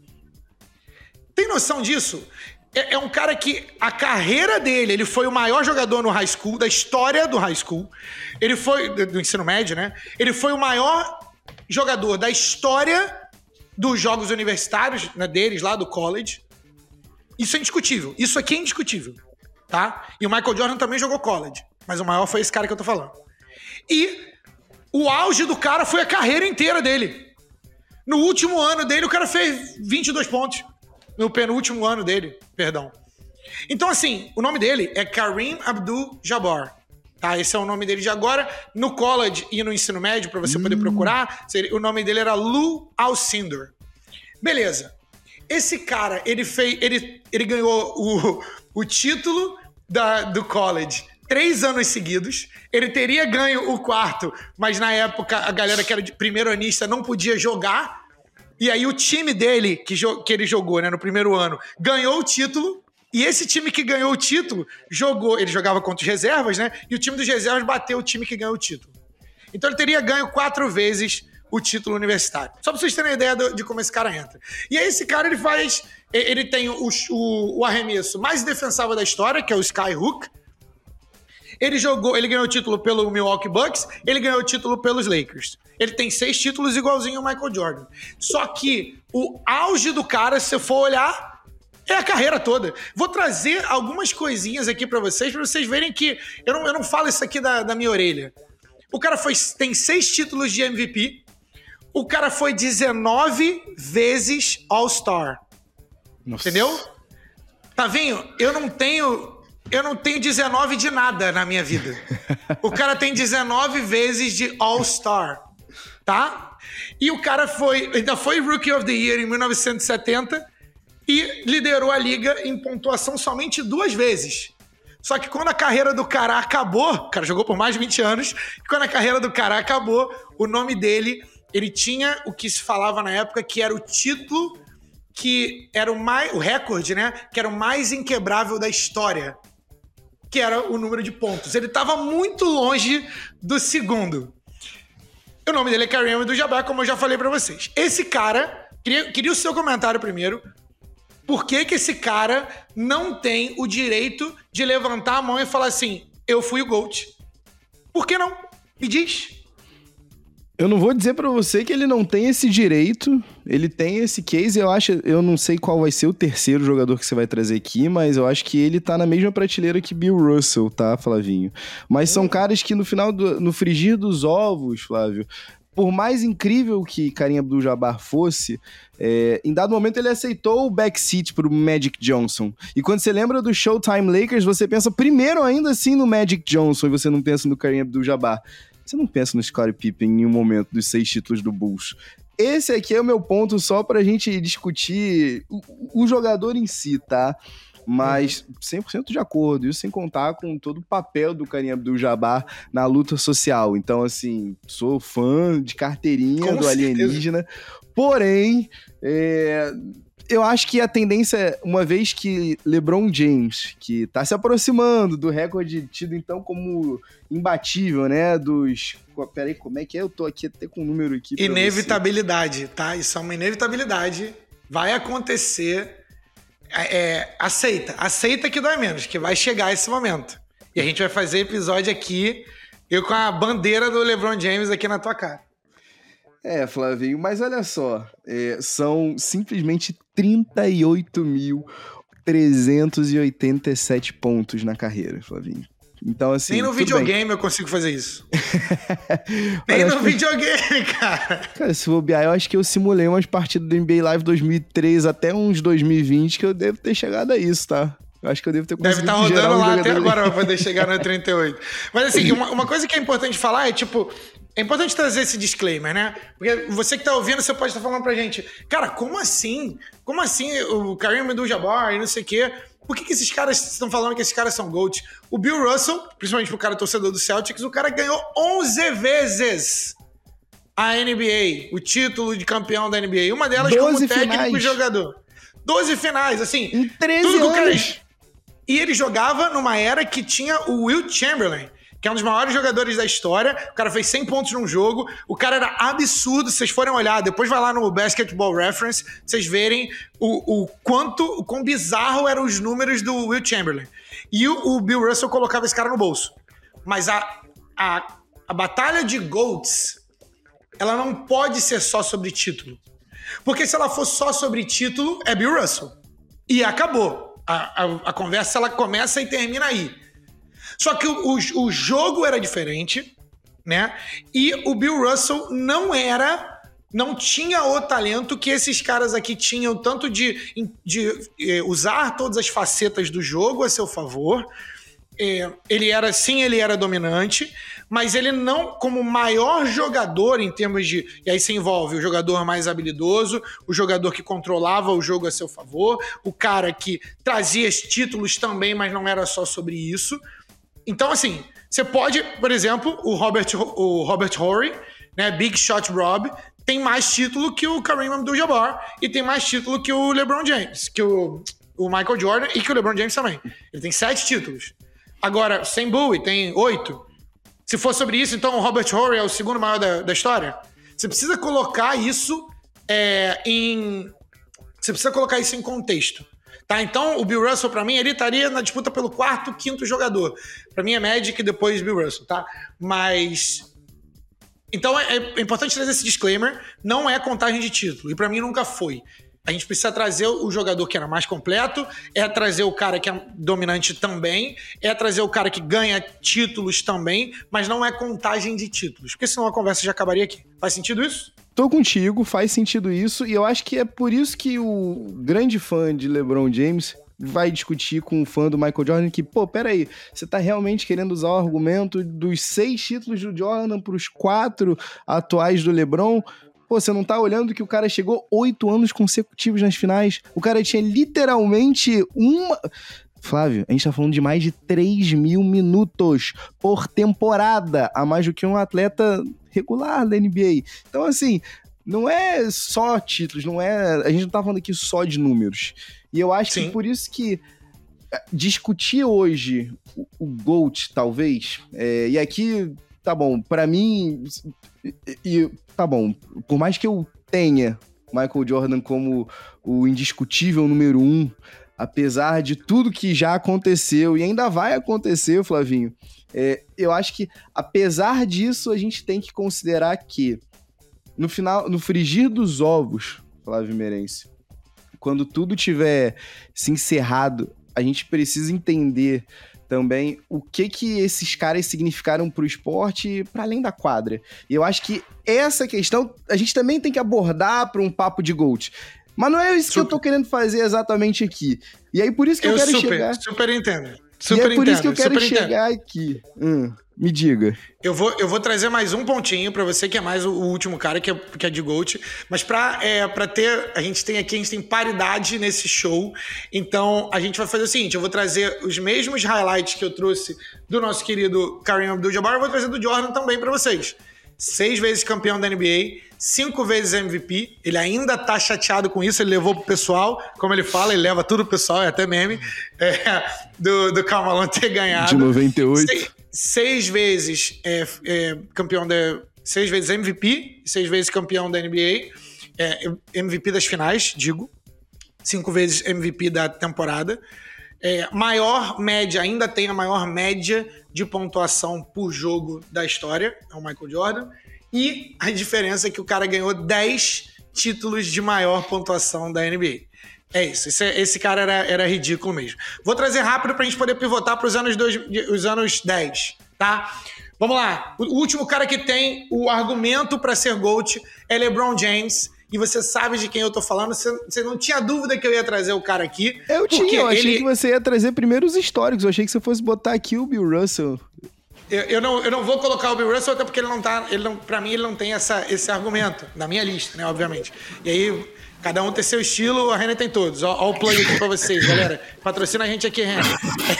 Tem noção disso? É, é um cara que a carreira dele, ele foi o maior jogador no high school, da história do high school. Ele foi, do ensino médio, né? Ele foi o maior jogador da história dos jogos universitários, né, deles lá do college. Isso é indiscutível. Isso aqui é indiscutível. Tá? E o Michael Jordan também jogou college, mas o maior foi esse cara que eu tô falando. E o auge do cara foi a carreira inteira dele. No último ano dele, o cara fez vinte e dois pontos. No penúltimo ano dele, perdão. Então, assim, o nome dele é Kareem Abdul-Jabbar. Tá? Esse é o nome dele de agora. No college e no ensino médio, pra você hum. poder procurar, o nome dele era Lou Alcindor. Beleza. Esse cara, ele fez, ele, ele ganhou o, o título da, do college três anos seguidos. Ele teria ganho o quarto, mas na época a galera que era de primeiro anista não podia jogar. E aí o time dele, que, que ele jogou, né, no primeiro ano, ganhou o título. E esse time que ganhou o título, jogou, ele jogava contra os reservas, né? E o time dos reservas bateu o time que ganhou o título. Então ele teria ganho quatro vezes o título universitário. Só pra vocês terem uma ideia de como esse cara entra. E aí esse cara, ele faz... Ele tem o, o, o arremesso mais defensável da história, que é o Skyhook. Ele jogou... Ele ganhou o título pelo Milwaukee Bucks. Ele ganhou o título pelos Lakers. Ele tem seis títulos igualzinho ao Michael Jordan. Só que o auge do cara, se você for olhar, é a carreira toda. Vou trazer algumas coisinhas aqui pra vocês, pra vocês verem que... Eu não, eu não falo isso aqui da, da minha orelha. O cara foi, tem seis títulos de M V P. O cara foi dezenove vezes All-Star. Nossa. Entendeu? Tavinho, eu não tenho... eu não tenho dezenove de nada na minha vida. O cara tem dezenove vezes de All-Star, tá? E o cara foi, ainda foi Rookie of the Year em mil novecentos e setenta e liderou a liga em pontuação somente duas vezes. Só que quando a carreira do cara acabou, o cara jogou por mais de vinte anos, e quando a carreira do cara acabou, o nome dele, ele tinha o que se falava na época, que era o título, que era o mais, o recorde, né? Que era o mais inquebrável da história, que era o número de pontos. Ele estava muito longe do segundo. O nome dele é Kareem Abdul-Jabbar, como eu já falei pra vocês. Esse cara, queria, queria o seu comentário primeiro. Por que que esse cara não tem o direito de levantar a mão e falar assim, eu fui o GOAT? Por que não? Me diz. Eu não vou dizer pra você que ele não tem esse direito, ele tem esse case, eu acho, eu não sei qual vai ser o terceiro jogador que você vai trazer aqui, mas eu acho que ele tá na mesma prateleira que Bill Russell, tá, Flavinho? Mas são caras que no final, do, no frigir dos ovos, Flávio, por mais incrível que Kareem Abdul-Jabbar fosse, é, em dado momento ele aceitou o backseat pro Magic Johnson. E quando você lembra do Showtime Lakers, você pensa primeiro ainda assim no Magic Johnson e você não pensa no Kareem Abdul-Jabbar. Você não pensa no Scottie Pippen em um momento dos seis títulos do Bulls. Esse aqui é o meu ponto só pra gente discutir o, o jogador em si, tá? Mas cem por cento de acordo, isso sem contar com todo o papel do Kareem Abdul-Jabbar na luta social. Então, assim, sou fã de carteirinha com do certeza. Alienígena, porém, é, eu acho que a tendência, uma vez que LeBron James, que tá se aproximando do recorde tido então como imbatível, né, dos... Peraí, como é que é? Eu tô aqui até com um número aqui pra Inevitabilidade, você. Tá? Isso é uma inevitabilidade. Vai acontecer... É, aceita, aceita que dói menos, que vai chegar esse momento. E a gente vai fazer episódio aqui, eu com a bandeira do LeBron James aqui na tua cara. É, Flavinho, mas olha só, é, são simplesmente trinta e oito mil trezentos e oitenta e sete pontos na carreira, Flavinho. Então, assim, nem no videogame bem. Eu consigo fazer isso. Nem no videogame, cara. Cara, se bobear, eu acho que eu simulei umas partidas do N B A Live dois mil e três até uns dois mil e vinte que eu devo ter chegado a isso, tá? Eu acho que eu devo ter conseguido. Deve estar tá rodando lá até agora pra poder chegar no trinta e oito. Mas assim, uma, uma coisa que é importante falar é, tipo... É importante trazer esse disclaimer, né? Porque você que tá ouvindo, você pode estar falando pra gente, cara, como assim? Como assim o Kareem Abdul-Jabbar e não sei o quê? Por que que esses caras estão falando que esses caras são GOAT? O Bill Russell, principalmente pro cara torcedor do Celtics, o cara ganhou onze vezes a N B A, o título de campeão da N B A. Uma delas como técnico finais. E jogador. doze finais, assim. Em treze anos. Cara... E ele jogava numa era que tinha o Wilt Chamberlain, que é um dos maiores jogadores da história. O cara fez cem pontos num jogo. O cara era absurdo. Se vocês forem olhar, depois vai lá no Basketball Reference, vocês verem o, o quanto, o quão bizarro eram os números do Wilt Chamberlain. E o, o Bill Russell colocava esse cara no bolso. Mas a, a, a batalha de GOATs, ela não pode ser só sobre título. Porque se ela for só sobre título, é Bill Russell. E acabou. A, a, a conversa, ela começa e termina aí. Só que o, o, o jogo era diferente, né? E o Bill Russell não era, não tinha o talento que esses caras aqui tinham, tanto de, de, de usar todas as facetas do jogo a seu favor. É, ele era, sim, ele era dominante, mas ele não, como maior jogador em termos de... E aí se envolve o jogador mais habilidoso, o jogador que controlava o jogo a seu favor, o cara que trazia títulos também, mas não era só sobre isso. Então, assim, você pode, por exemplo, o Robert, o Robert Horry, né, Big Shot Rob, tem mais título que o Kareem Abdul-Jabbar e tem mais título que o LeBron James, que o, o Michael Jordan e que o LeBron James também. Ele tem sete títulos. Agora, Sam Bowie tem oito. Se for sobre isso, então o Robert Horry é o segundo maior da, da história. Você precisa colocar isso é, em... Você precisa colocar isso em contexto. Tá, então o Bill Russell, pra mim, ele estaria na disputa pelo quarto, quinto jogador. Pra mim é Magic e depois Bill Russell, tá? Mas... Então é, é importante trazer esse disclaimer. Não é contagem de título. E pra mim nunca foi. A gente precisa trazer o jogador que era mais completo, é trazer o cara que é dominante também, é trazer o cara que ganha títulos também, mas não é contagem de títulos. Porque senão a conversa já acabaria aqui. Faz sentido isso? Tô contigo, faz sentido isso, e eu acho que é por isso que o grande fã de LeBron James vai discutir com um fã do Michael Jordan que, pô, peraí, você tá realmente querendo usar o argumento dos seis títulos do Jordan pros quatro atuais do LeBron? Pô, você não tá olhando que o cara chegou oito anos consecutivos nas finais? O cara tinha literalmente uma... Flávio, a gente tá falando de mais de três mil minutos por temporada, a mais do que um atleta regular da N B A. Então, assim, não é só títulos, não é... A gente não tá falando aqui só de números. E eu acho Sim. que por isso que discutir hoje o, o GOAT, talvez, é, e aqui, tá bom, pra mim, e, e, tá bom, por mais que eu tenha Michael Jordan como o indiscutível número um, apesar de tudo que já aconteceu e ainda vai acontecer, Flavinho, é, eu acho que, apesar disso, a gente tem que considerar que no final, no frigir dos ovos, Flávio Meirense, quando tudo tiver se encerrado, a gente precisa entender também o que que esses caras significaram pro esporte para além da quadra. E eu acho que essa questão a gente também tem que abordar para um papo de GOAT. Mas não é isso super. que eu tô querendo fazer exatamente aqui. E aí por isso que eu, eu quero super, chegar... super entendo. Super e é por entendo, isso que eu quero chegar entendo. aqui. Hum, me diga. Eu vou, eu vou trazer mais um pontinho pra você, que é mais o, o último cara, que é, que é de GOAT. Mas pra, é, pra ter... A gente tem aqui, a gente tem paridade nesse show. Então, a gente vai fazer o seguinte. Eu vou trazer os mesmos highlights que eu trouxe do nosso querido Kareem Abdul-Jabbar. Eu vou trazer do Jordan também pra vocês. Seis vezes campeão da N B A, cinco vezes M V P. Ele ainda tá chateado com isso, ele levou pro pessoal, como ele fala, ele leva tudo pro pessoal, é até meme, é, do, do Karl Malone ter ganhado. De noventa e oito. Seis, seis vezes é, é, campeão da... Seis vezes M V P, seis vezes campeão da N B A, é, M V P das finais, digo. Cinco vezes M V P da temporada. É, maior média, ainda tem a maior média de pontuação por jogo da história, é o Michael Jordan. E a diferença é que o cara ganhou dez títulos de maior pontuação da N B A. É isso, esse, esse cara era, era ridículo mesmo. Vou trazer rápido pra gente poder pivotar para os anos, dois, os anos dez, tá? Vamos lá, o último cara que tem o argumento para ser GOAT é LeBron James. E você sabe de quem eu tô falando, você, você não tinha dúvida que eu ia trazer o cara aqui. Eu tinha, eu achei ele... que você ia trazer primeiro os históricos, eu achei que você fosse botar aqui o Bill Russell. Eu, eu, não, eu não vou colocar o Bill Russell, até porque ele não tá, ele não, pra mim ele não tem essa, esse argumento, na minha lista, né, obviamente. E aí, cada um tem seu estilo, a Renner tem todos. Ó, ó o plug aqui pra vocês, galera. Patrocina a gente aqui, Renner.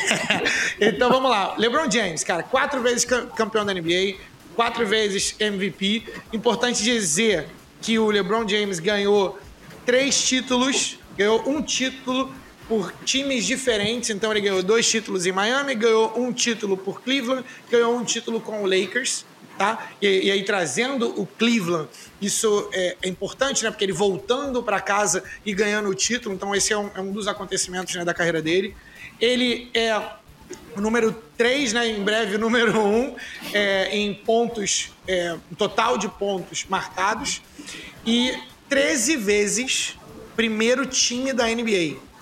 Então vamos lá, LeBron James, cara, quatro vezes campeão da N B A, quatro vezes M V P. Importante dizer que o LeBron James ganhou três títulos, ganhou um título por times diferentes, então ele ganhou dois títulos em Miami, ganhou um título por Cleveland, ganhou um título com o Lakers, tá? E, e aí trazendo o Cleveland, isso é, é importante, né? Porque ele voltando para casa e ganhando o título, então esse é um, é um dos acontecimentos, né, da carreira dele. Ele é o número três, né, em breve o número um é, em pontos, é, total de pontos marcados, e treze vezes primeiro time da N B A.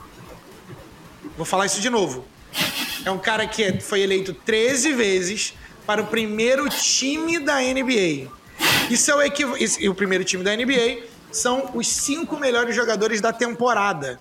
Vou falar isso de novo. É um cara que é, foi eleito treze vezes para o primeiro time da N B A. Isso é o equiv- E o primeiro time da N B A são os cinco melhores jogadores da temporada.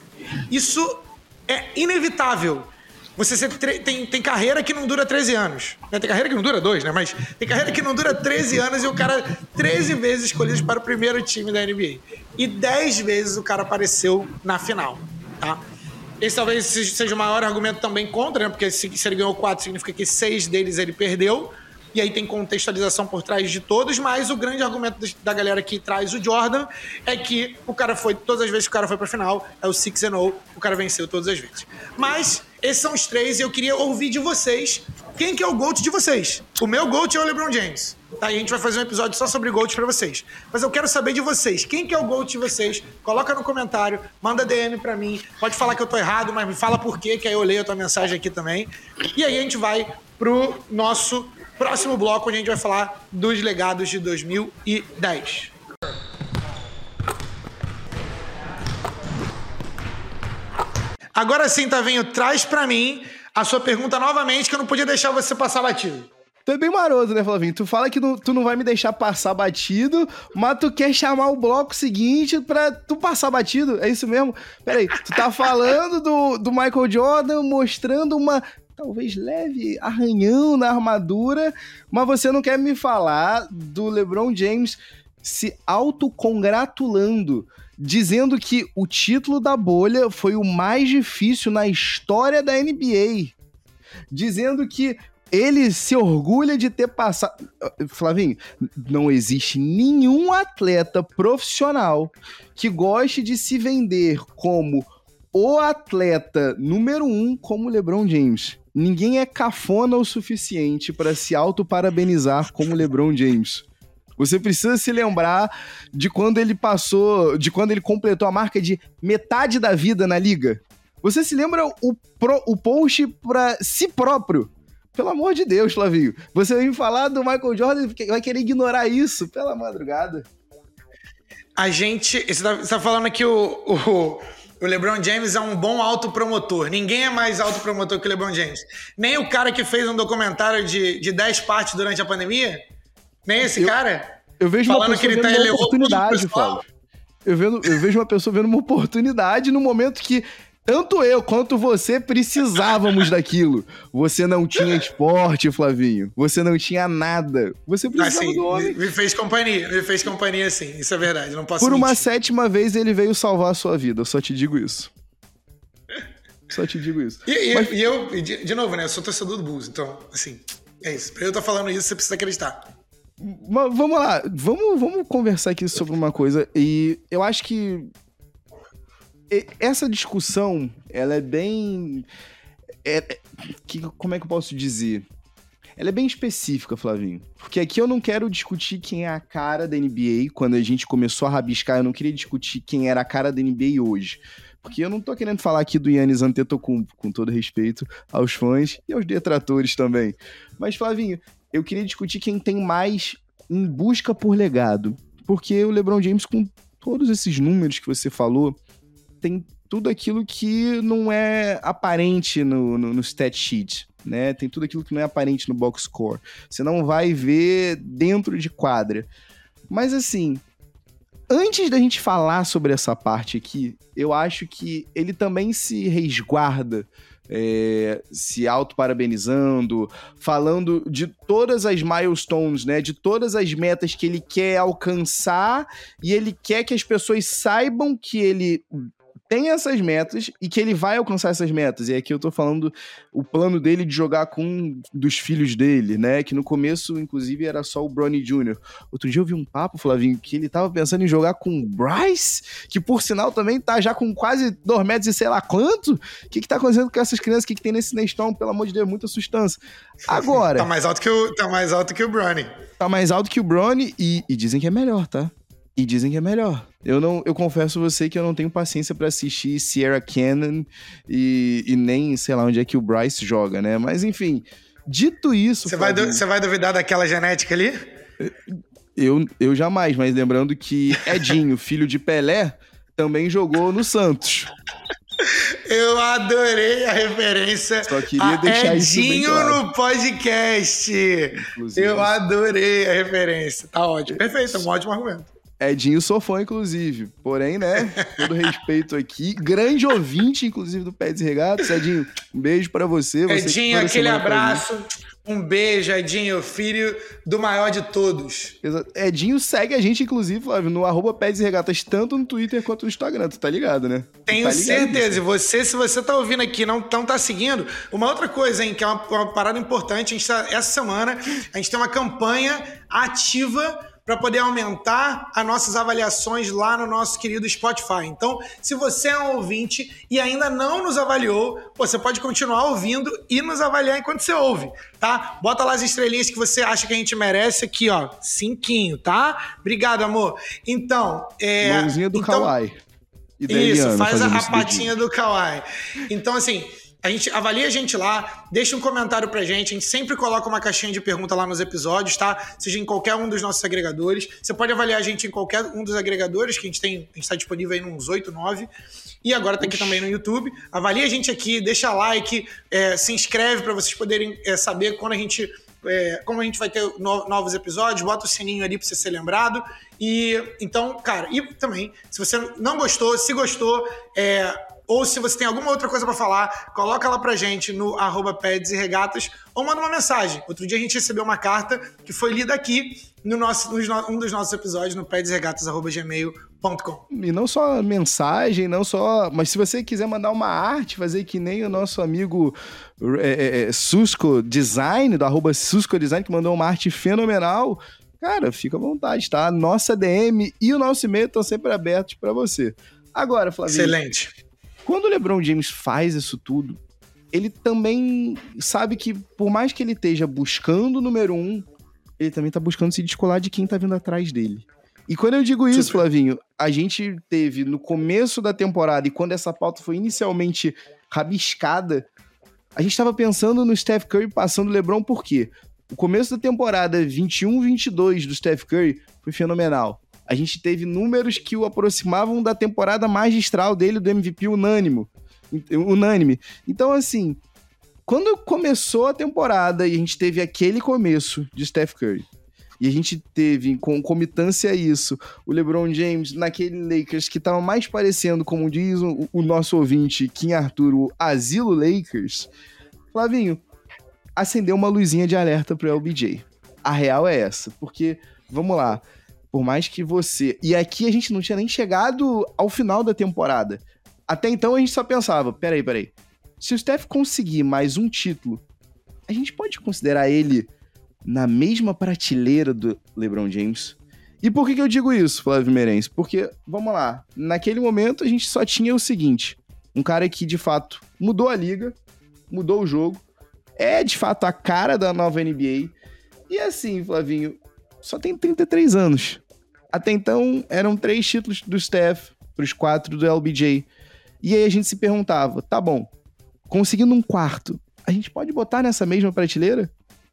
Isso é inevitável. Você tem, tem carreira que não dura treze anos. Tem carreira que não dura dois, né? Mas tem carreira que não dura treze anos e o cara treze vezes escolhido para o primeiro time da N B A. E dez vezes o cara apareceu na final, tá? Esse talvez seja o maior argumento também contra, né? Porque se, se ele ganhou quatro, significa que seis deles ele perdeu. E aí tem contextualização por trás de todos, mas o grande argumento da galera que traz o Jordan é que o cara foi, todas as vezes que o cara foi pra final, é o seis and oh, o cara venceu todas as vezes. Mas esses são os três e eu queria ouvir de vocês quem que é o GOAT de vocês. O meu GOAT é o LeBron James, tá? E a gente vai fazer um episódio só sobre GOAT pra vocês. Mas eu quero saber de vocês, quem que é o GOAT de vocês? Coloca no comentário, manda D M pra mim, pode falar que eu tô errado, mas me fala por quê, que aí eu leio a tua mensagem aqui também. E aí a gente vai pro nosso próximo bloco, onde a gente vai falar dos legados de dois mil e dez. Agora sim, Tavinho, traz pra mim a sua pergunta novamente, que eu não podia deixar você passar batido. Tu é bem maroto, né, Flavinho? Tu fala que não, tu não vai me deixar passar batido, mas tu quer chamar o bloco seguinte pra tu passar batido? É isso mesmo? Peraí, tu tá falando do, do Michael Jordan mostrando uma... talvez leve arranhão na armadura, mas você não quer me falar do LeBron James se autocongratulando, dizendo que o título da bolha foi o mais difícil na história da N B A. Dizendo que ele se orgulha de ter passado... Flavinho, não existe nenhum atleta profissional que goste de se vender como o atleta número um como LeBron James. Ninguém é cafona o suficiente para se autoparabenizar como LeBron James. Você precisa se lembrar de quando ele passou, de quando ele completou a marca de metade da vida na liga. Você se lembra o, pro, o post para si próprio? Pelo amor de Deus, Flavinho. Você vai me falar do Michael Jordan e vai querer ignorar isso pela madrugada. A gente... Você tá, você tá falando que o... o... O LeBron James é um bom autopromotor. Ninguém é mais autopromotor que o LeBron James. Nem o cara que fez um documentário de, de dez partes durante a pandemia. Nem esse eu, cara. Eu vejo falando uma pessoa que ele vendo tá uma oportunidade, Fábio. Eu, vendo, eu vejo uma pessoa vendo uma oportunidade no momento que tanto eu quanto você precisávamos daquilo. Você não tinha esporte, Flavinho. Você não tinha nada. Você precisava assim, do homem. Me fez companhia. Me fez companhia, sim. Isso é verdade. Não posso Por mentir. uma sétima vez ele veio salvar a sua vida. Eu só te digo isso. Só te digo isso. E, e, Mas... e eu, de, de novo, né? Eu sou torcedor do Bulls. Então, assim, é isso. Pra eu estar falando isso, você precisa acreditar. Mas vamos lá. Vamos, vamos conversar aqui sobre uma coisa. E eu acho que essa discussão, ela é bem... É, é, que, como é que eu posso dizer? Ela é bem específica, Flavinho. Porque aqui eu não quero discutir quem é a cara da N B A. Quando a gente começou a rabiscar, eu não queria discutir quem era a cara da N B A hoje. Porque eu não tô querendo falar aqui do Giannis Antetokounmpo, com todo respeito aos fãs e aos detratores também. Mas, Flavinho, eu queria discutir quem tem mais em busca por legado. Porque o LeBron James, com todos esses números que você falou, tem tudo aquilo que não é aparente no, no, no stat sheet, né? Tem tudo aquilo que não é aparente no box score. Você não vai ver dentro de quadra. Mas assim, antes da gente falar sobre essa parte aqui, eu acho que ele também se resguarda, é, se auto-parabenizando, falando de todas as milestones, né? De todas as metas que ele quer alcançar, e ele quer que as pessoas saibam que ele tem essas metas e que ele vai alcançar essas metas. E aqui eu tô falando o plano dele de jogar com um dos filhos dele, né? Que no começo, inclusive, era só o Bronny Júnior Outro dia eu vi um papo, Flavinho, que ele tava pensando em jogar com o Bryce, que por sinal também tá já com quase dois metros e sei lá quanto. O que que tá acontecendo com essas crianças? O que que tem nesse Nestão? Pelo amor de Deus, muita sustância. Agora... tá mais alto que o, tá mais alto que o Bronny. Tá mais alto que o Bronny e, e dizem que é melhor, tá? E dizem que é melhor. Eu, não, eu confesso a você que eu não tenho paciência pra assistir Sierra Canyon e, e nem, sei lá, onde é que o Bryce joga, né? Mas, enfim, dito isso... Você vai, du- vai duvidar daquela genética ali? Eu, eu jamais, mas lembrando que Edinho, filho de Pelé, também jogou no Santos. Eu adorei a referência. Só queria deixar isso bem claro. Edinho no podcast. Inclusive. Eu adorei a referência. Tá ótimo. Perfeito, é um ótimo argumento. Edinho sou fã, inclusive. Porém, né, todo respeito aqui. Grande ouvinte, inclusive, do Pés e Regatas. Edinho, um beijo pra você. você Edinho, aquele abraço. Um beijo, Edinho, filho do maior de todos. Edinho segue a gente, inclusive, Flávio, no arroba Pés e Regatas, tanto no Twitter quanto no Instagram. Tu tá ligado, né? Tenho tá ligado certeza. nisso. E você, se você tá ouvindo aqui e não, não tá seguindo, uma outra coisa, hein, que é uma, uma parada importante, a gente tá, essa semana a gente tem uma campanha ativa para poder aumentar as nossas avaliações lá no nosso querido Spotify. Então, se você é um ouvinte e ainda não nos avaliou, você pode continuar ouvindo e nos avaliar enquanto você ouve, tá? Bota lá as estrelinhas que você acha que a gente merece aqui, ó, cinquinho, tá? Obrigado, amor. Então, é... Mãozinha do então, Kawhi. E da isso, Eliana, faz a, a isso patinha do Kawhi. Então, assim... A gente avalia a gente lá, deixa um comentário pra gente, a gente sempre coloca uma caixinha de pergunta lá nos episódios, tá? Seja em qualquer um dos nossos agregadores. Você pode avaliar a gente em qualquer um dos agregadores, que a gente tem, a gente tá disponível aí nos oito, nove. E agora tá aqui também no YouTube. Avalia a gente aqui, deixa like, é, se inscreve pra vocês poderem é, saber quando a gente é, como a gente vai ter no, novos episódios, bota o sininho ali pra você ser lembrado. E então, cara, e também, se você não gostou, se gostou, é, ou se você tem alguma outra coisa pra falar, coloca lá pra gente no arroba Peds e Regatas ou manda uma mensagem. Outro dia a gente recebeu uma carta que foi lida aqui no nosso, no, um dos nossos episódios no pedsregatas arroba gmail ponto com. E não só mensagem, não só... Mas se você quiser mandar uma arte, fazer que nem o nosso amigo é, é, Susco Design, do arroba Susco Design, que mandou uma arte fenomenal, cara, fica à vontade, tá? Nossa D M e o nosso e-mail estão sempre abertos pra você. Agora, Flavinho... Excelente. Quando o LeBron James faz isso tudo, ele também sabe que, por mais que ele esteja buscando o número um, ele também tá buscando se descolar de quem tá vindo atrás dele. E quando eu digo isso, Flavinho, a gente teve no começo da temporada, e quando essa pauta foi inicialmente rabiscada, a gente tava pensando no Steph Curry passando o LeBron, por quê? O começo da temporada vinte e um vinte e dois do Steph Curry foi fenomenal. A gente teve números que o aproximavam da temporada magistral dele, do M V P unânime. unânime. Então, assim, quando começou a temporada e a gente teve aquele começo de Steph Curry, e a gente teve, em concomitância a isso, o LeBron James naquele Lakers que tava mais parecendo, como diz o, o nosso ouvinte, Kim Arthur, o Asilo Lakers, Flavinho, acendeu uma luzinha de alerta pro L B J. A real é essa, porque, vamos lá, por mais que você... E aqui a gente não tinha nem chegado ao final da temporada. Até então a gente só pensava, peraí, peraí, se o Steph conseguir mais um título, a gente pode considerar ele na mesma prateleira do LeBron James? E por que que eu digo isso, Flávio Meirense? Porque, vamos lá, naquele momento a gente só tinha o seguinte, um cara que de fato mudou a liga, mudou o jogo, é de fato a cara da nova N B A, e assim, Flavinho, só tem trinta e três anos. Até então, eram três títulos do Steph pros quatro do L B J. E aí a gente se perguntava, tá bom, conseguindo um quarto, a gente pode botar nessa mesma prateleira?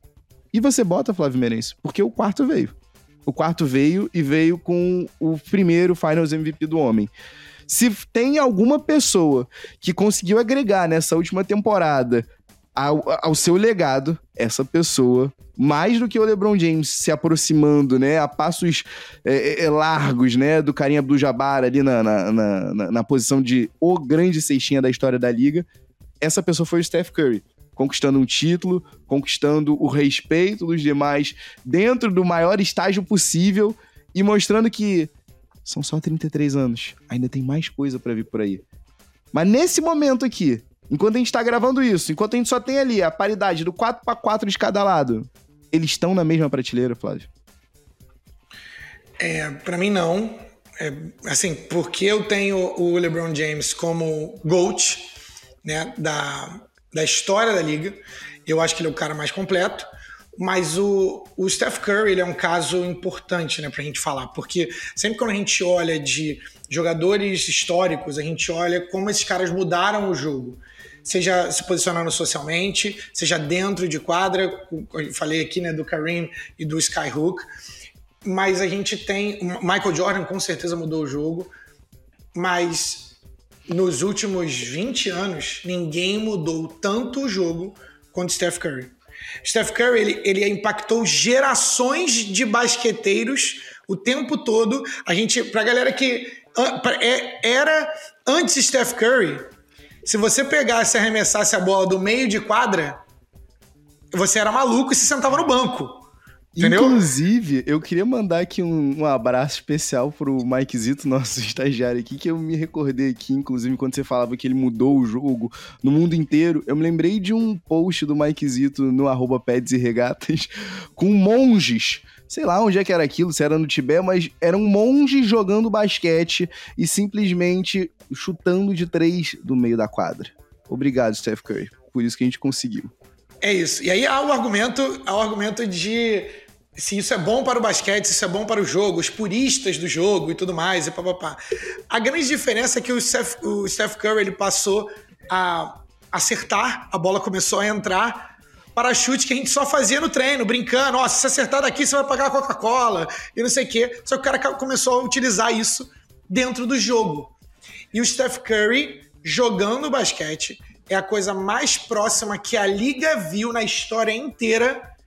E você bota, Flávio Meirense, porque o quarto veio. O quarto veio e veio com o primeiro Finals M V P do homem. Se tem alguma pessoa que conseguiu agregar nessa última temporada ao, ao seu legado, essa pessoa, mais do que o LeBron James se aproximando, né, a passos é, é, largos, né, do Kareem Abdul-Jabbar ali na, na, na, na posição de o grande cestinha da história da liga, essa pessoa foi o Steph Curry, conquistando um título, conquistando o respeito dos demais dentro do maior estágio possível e mostrando que são só trinta e três anos, ainda tem mais coisa pra vir por aí. Mas nesse momento aqui, enquanto a gente tá gravando isso, enquanto a gente só tem ali a paridade do quatro para quatro de cada lado, eles estão na mesma prateleira, Flávio? É, pra mim não. É, assim, porque eu tenho o LeBron James como GOAT, né, da, da história da liga. Eu acho que ele é o cara mais completo. Mas o, o Steph Curry, ele é um caso importante, né, pra gente falar. Porque sempre quando a gente olha de jogadores históricos, a gente olha como esses caras mudaram o jogo. Seja se posicionando socialmente, seja dentro de quadra, eu falei aqui, né, do Kareem e do Skyhook, mas a gente tem, o Michael Jordan com certeza mudou o jogo, mas nos últimos vinte anos, ninguém mudou tanto o jogo quanto Steph Curry. Steph Curry, ele, ele impactou gerações de basqueteiros o tempo todo. A gente, pra galera que era antes Steph Curry, se você pegasse e arremessasse a bola do meio de quadra, você era maluco e se sentava no banco. Entendeu? Inclusive, eu queria mandar aqui um, um abraço especial pro Mike Zito, nosso estagiário aqui, que eu me recordei aqui, inclusive, quando você falava que ele mudou o jogo no mundo inteiro, eu me lembrei de um post do Mike Zito no arroba Peds e Regatas, com monges, sei lá onde é que era aquilo, se era no Tibete, mas eram monges jogando basquete e simplesmente chutando de três do meio da quadra. Obrigado, Steph Curry, por isso que a gente conseguiu. É isso. E aí há o argumento, há o argumento de se isso é bom para o basquete, se isso é bom para o jogo, os puristas do jogo e tudo mais, e papapá. A grande diferença é que o Steph, o Steph Curry ele passou a acertar, a bola começou a entrar para chute que a gente só fazia no treino, brincando. Ó, se você acertar daqui, você vai pagar a Coca-Cola e não sei o quê. Só que o cara começou a utilizar isso dentro do jogo. E o Steph Curry jogando basquete é a coisa mais próxima que a liga viu na história inteira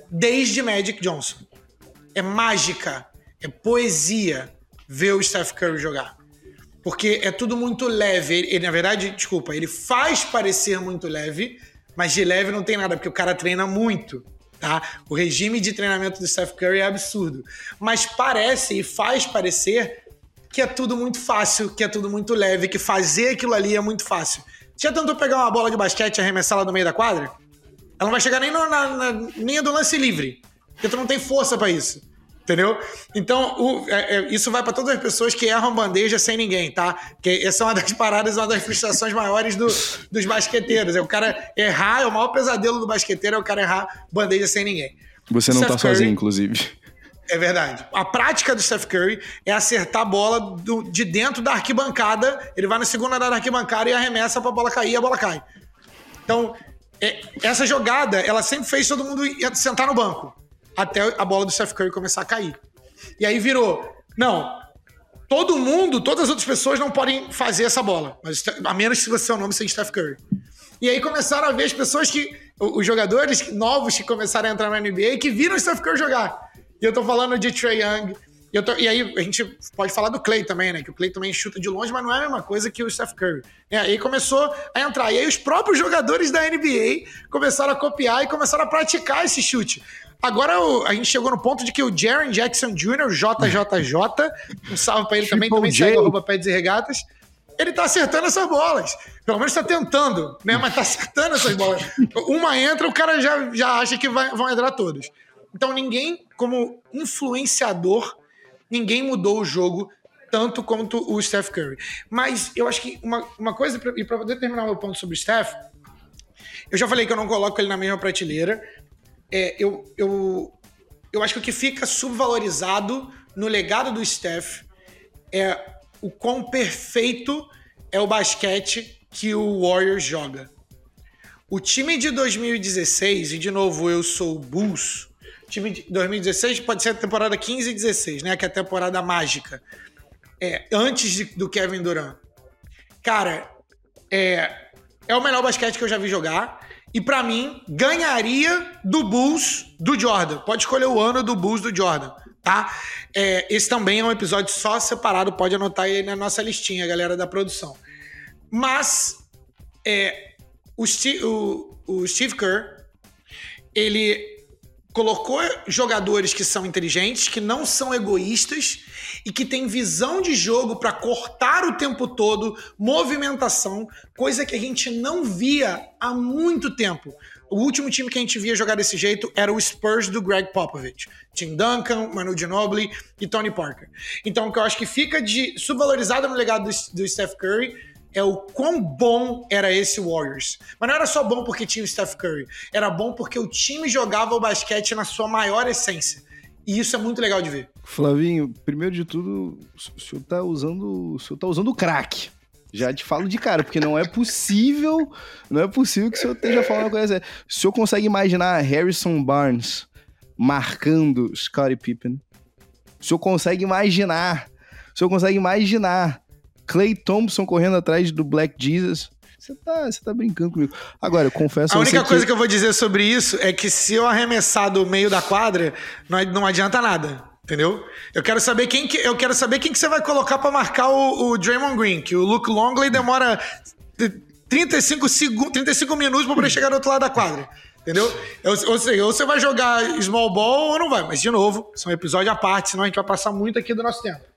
desde Magic Johnson. É mágica, é poesia ver o Steph Curry jogar. Porque é tudo muito leve. Ele, ele, na verdade, desculpa, ele faz parecer muito leve, mas de leve não tem nada, porque o cara treina muito, tá? O regime de treinamento do Steph Curry é absurdo. Mas parece e faz parecer que é tudo muito fácil, que é tudo muito leve, que fazer aquilo ali é muito fácil. Você já tentou pegar uma bola de basquete e arremessá-la no meio da quadra? Ela não vai chegar nem no, na, na linha do lance livre, porque tu não tem força pra isso. Entendeu? Então, o, é, é, isso vai para todas as pessoas que erram bandeja sem ninguém, tá? Que essa é uma das paradas, uma das frustrações maiores do, dos basqueteiros. É o cara errar, é o maior pesadelo do basqueteiro, é o cara errar bandeja sem ninguém. Você não Steph tá Curry, sozinho, inclusive. É verdade. A prática do Steph Curry é acertar a bola do, de dentro da arquibancada, ele vai na segunda andar da arquibancada e arremessa pra bola cair e a bola cai. Então, é, essa jogada, ela sempre fez todo mundo sentar no banco. Até a bola do Steph Curry começar a cair. E aí virou, não, todo mundo, todas as outras pessoas não podem fazer essa bola, mas a menos que seu nome seja Steph Curry. E aí começaram a ver as pessoas que, os jogadores novos que começaram a entrar na N B A que viram o Steph Curry jogar. E eu tô falando de Trae Young, e, eu tô, e aí a gente pode falar do Klay também, né, que o Klay também chuta de longe, mas não é a mesma coisa que o Steph Curry. E aí começou a entrar, e aí os próprios jogadores da N B A começaram a copiar e começaram a praticar esse chute. Agora o, a gente chegou no ponto de que o Jaren Jackson Júnior, J J J, um salve pra ele também, também segue o arroba Peds e Regatas, ele tá acertando essas bolas. Pelo menos tá tentando, né? Mas tá acertando essas bolas. Uma entra, o cara já, já acha que vai, vão entrar todos. Então ninguém, como influenciador, ninguém mudou o jogo tanto quanto o Steph Curry. Mas eu acho que uma, uma coisa, e pra poder terminar o meu ponto sobre o Steph, eu já falei que eu não coloco ele na mesma prateleira. É, eu, eu, eu acho que o que fica subvalorizado no legado do Steph é o quão perfeito é o basquete que o Warriors joga. O time de dois mil e dezesseis, e de novo eu sou o Bulls, o time de dois mil e dezesseis pode ser a temporada quinze e dezesseis, né, que é a temporada mágica, é, antes de, do Kevin Durant. Cara, é, é o melhor basquete que eu já vi jogar. E pra mim, ganharia do Bulls do Jordan. Pode escolher o ano do Bulls do Jordan, tá? É, esse também é um episódio só separado, pode anotar aí na nossa listinha, galera da produção. Mas é, o, Steve, o, o Steve Kerr, ele colocou jogadores que são inteligentes, que não são egoístas e que têm visão de jogo para cortar o tempo todo, movimentação, coisa que a gente não via há muito tempo. O último time que a gente via jogar desse jeito era o Spurs do Greg Popovich. Tim Duncan, Manu Ginobili e Tony Parker. Então o que eu acho que fica de subvalorizado no legado do, do Steph Curry é o quão bom era esse Warriors. Mas não era só bom porque tinha o Steph Curry. Era bom porque o time jogava o basquete na sua maior essência. E isso é muito legal de ver. Flavinho, primeiro de tudo, o senhor tá usando, o senhor tá usando o crack. Já te falo de cara, porque não é possível, não é possível que o senhor esteja falando uma coisa. O senhor consegue imaginar Harrison Barnes marcando Scottie Pippen? O senhor consegue imaginar, o senhor consegue imaginar Klay Thompson correndo atrás do Black Jesus? Você tá, você tá brincando comigo. Agora, eu confesso... A única coisa que... que eu vou dizer sobre isso é que se eu arremessar do meio da quadra, não, não adianta nada, entendeu? Eu quero saber quem que, eu quero saber quem que você vai colocar pra marcar o, o Draymond Green, que o Luke Longley demora trinta e cinco, segundos, trinta e cinco minutos pra poder chegar do outro lado da quadra. Entendeu? Ou, ou, seja, ou você vai jogar small ball ou não vai. Mas, de novo, isso é um episódio à parte, senão a gente vai passar muito aqui do nosso tempo.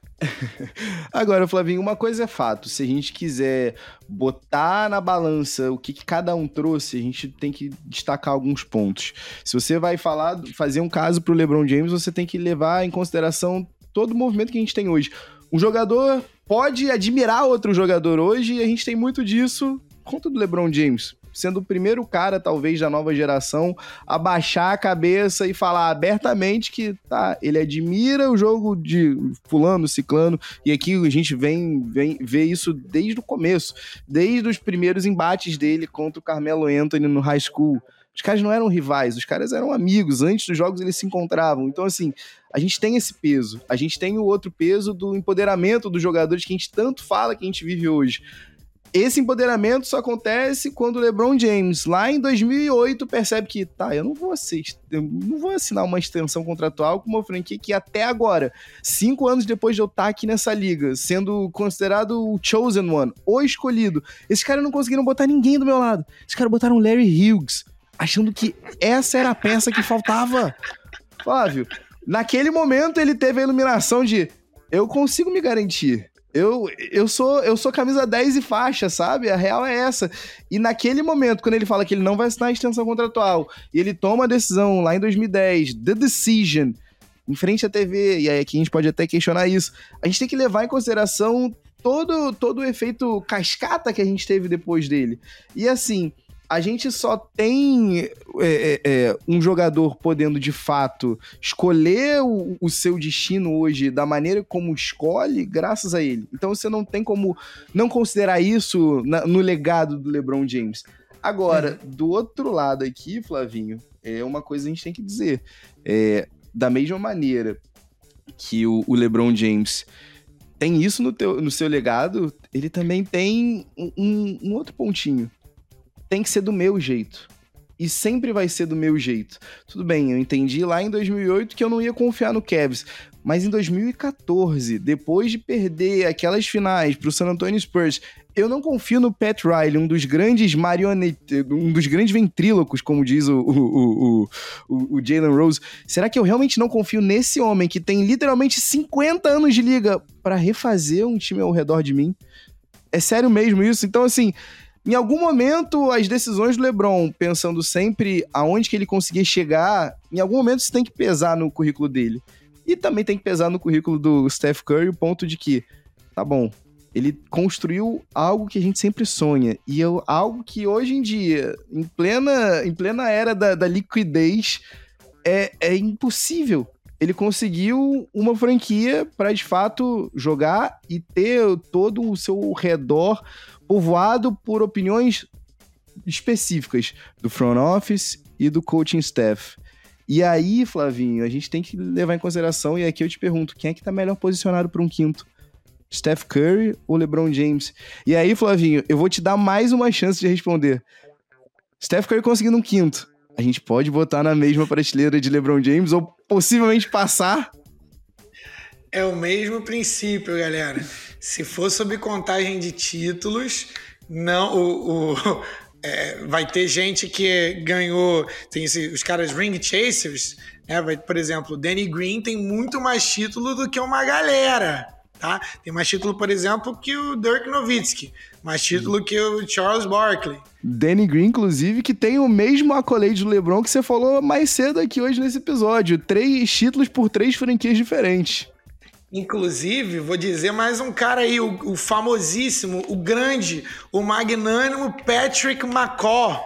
Agora, Flavinho, uma coisa é fato. Se a gente quiser botar na balança o que, que cada um trouxe, a gente tem que destacar alguns pontos. Se você vai falar, fazer um caso pro LeBron James, você tem que levar em consideração todo o movimento que a gente tem hoje. Um jogador pode admirar outro jogador hoje, e a gente tem muito disso conta do LeBron James, sendo o primeiro cara, talvez, da nova geração a baixar a cabeça e falar abertamente que, tá, ele admira o jogo de fulano, ciclano, e aqui a gente vem, vem ver isso desde o começo, desde os primeiros embates dele contra o Carmelo Anthony no high school. Os caras não eram rivais, os caras eram amigos, antes dos jogos eles se encontravam. Então, assim, a gente tem esse peso, a gente tem o outro peso do empoderamento dos jogadores que a gente tanto fala que a gente vive hoje. esse empoderamento só acontece quando o LeBron James, lá em dois mil e oito, percebe que, tá, eu não vou assistir, eu não vou assinar uma extensão contratual com uma franquia que até agora, cinco anos depois de eu estar aqui nessa liga, sendo considerado o chosen one, o escolhido, esses caras não conseguiram botar ninguém do meu lado. Esses caras botaram Larry Hughes, achando que essa era a peça que faltava. Flávio, naquele momento ele teve a iluminação de, eu consigo me garantir. Eu, eu, sou, eu sou camisa dez e faixa, sabe? A real é essa. E naquele momento, quando ele fala que ele não vai assinar a extensão contratual, e ele toma a decisão lá em dois mil e dez, The Decision, em frente à T V, e aí aqui a gente pode até questionar isso, a gente tem que levar em consideração todo, todo o efeito cascata que a gente teve depois dele. E assim, a gente só tem é, é, é, um jogador podendo, de fato, escolher o, o seu destino hoje da maneira como escolhe, graças a ele. Então você não tem como não considerar isso na, no legado do LeBron James. Agora, uhum. do outro lado aqui, Flavinho, é uma coisa que a gente tem que dizer. É, da mesma maneira que o, o LeBron James tem isso no, teu, no seu legado, ele também tem um, um, um outro pontinho. Tem que ser do meu jeito. E sempre vai ser do meu jeito. Tudo bem, eu entendi lá em dois mil e oito que eu não ia confiar no Cavs. Mas em dois mil e catorze, depois de perder aquelas finais pro San Antonio Spurs, eu não confio no Pat Riley, um dos grandes marionetes, um dos grandes ventrílocos, como diz o, o, o, o, o Jalen Rose. Será que eu realmente não confio nesse homem que tem literalmente cinquenta anos de liga para refazer um time ao redor de mim? É sério mesmo isso? Então, assim... Em algum momento, as decisões do LeBron, pensando sempre aonde que ele conseguia chegar, em algum momento isso tem que pesar no currículo dele. E também tem que pesar no currículo do Steph Curry, o ponto de que, tá bom, ele construiu algo que a gente sempre sonha. E eu, algo que hoje em dia, em plena, em plena era da, da liquidez, é, é impossível. Ele conseguiu uma franquia para, de fato, jogar e ter todo o seu redor povoado por opiniões específicas do front office e do coaching staff. E aí, Flavinho, a gente tem que levar em consideração, e aqui eu te pergunto, quem é que tá melhor posicionado para um quinto? Steph Curry ou LeBron James? E aí, Flavinho, eu vou te dar mais uma chance de responder. Steph Curry conseguindo um quinto, a gente pode botar na mesma prateleira de LeBron James ou possivelmente passar? É o mesmo princípio, galera. Se for sob contagem de títulos, não, o, o, é, vai ter gente que ganhou, tem esse, os caras ring chasers, né? Vai, por exemplo, o Danny Green tem muito mais título do que uma galera, tá? Tem mais título, por exemplo, que o Dirk Nowitzki, mais título que o Charles Barkley. Danny Green, inclusive, que tem o mesmo accolade do LeBron que você falou mais cedo aqui hoje nesse episódio. Três títulos por três franquias diferentes. Inclusive, vou dizer mais um cara aí, o, o famosíssimo, o grande, o magnânimo Patrick McCaw.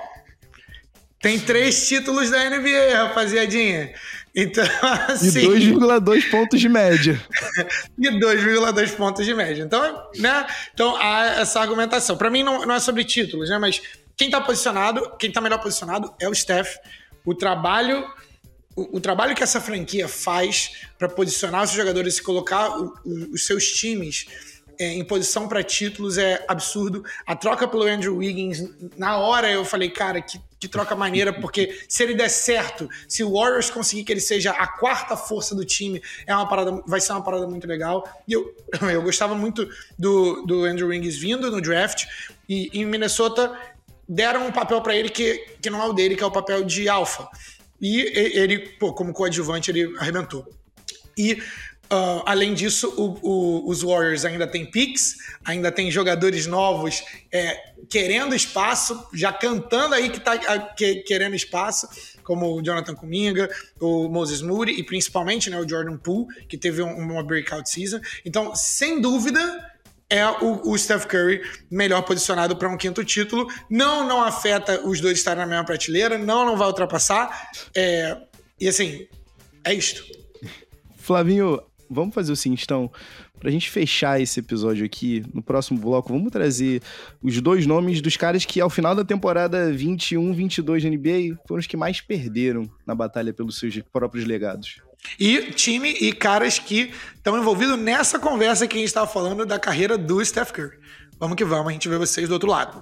Tem três títulos da N B A, rapaziadinha. Então, assim... E dois vírgula dois pontos de média. E dois vírgula dois pontos de média. Então, né? Então, há essa argumentação. Para mim, não, não é sobre títulos, né? Mas quem tá posicionado, quem tá melhor posicionado é o Steph. O trabalho... O, o trabalho que essa franquia faz para posicionar os jogadores e colocar o, o, os seus times é, em posição para títulos é absurdo. A troca pelo Andrew Wiggins, na hora eu falei, cara, que, que troca maneira, porque se ele der certo, se o Warriors conseguir que ele seja a quarta força do time, é uma parada, vai ser uma parada muito legal. E eu, eu gostava muito do, do Andrew Wiggins vindo no draft, e em Minnesota deram um papel para ele que, que não é o dele, que é o papel de alfa. E ele, pô, como coadjuvante, ele arrebentou. E, uh, além disso, o, o, os Warriors ainda tem picks, ainda tem jogadores novos é, querendo espaço, já cantando aí que tá que, querendo espaço, como o Jonathan Kuminga, o Moses Moody e principalmente, né, o Jordan Poole, que teve um, uma breakout season. Então, sem dúvida... é o, o Steph Curry melhor posicionado para um quinto título. Não, não afeta os dois estarem na mesma prateleira. Não, não vai ultrapassar. É, e assim, é isto. Flavinho, vamos fazer o seguinte, então. Pra gente fechar esse episódio aqui, no próximo bloco, vamos trazer os dois nomes dos caras que, ao final da temporada vinte e um, vinte e dois de N B A, foram os que mais perderam na batalha pelos seus próprios legados. E time e caras que estão envolvidos nessa conversa que a gente estava falando da carreira do Steph Curry. Vamos que vamos, a gente vê vocês do outro lado.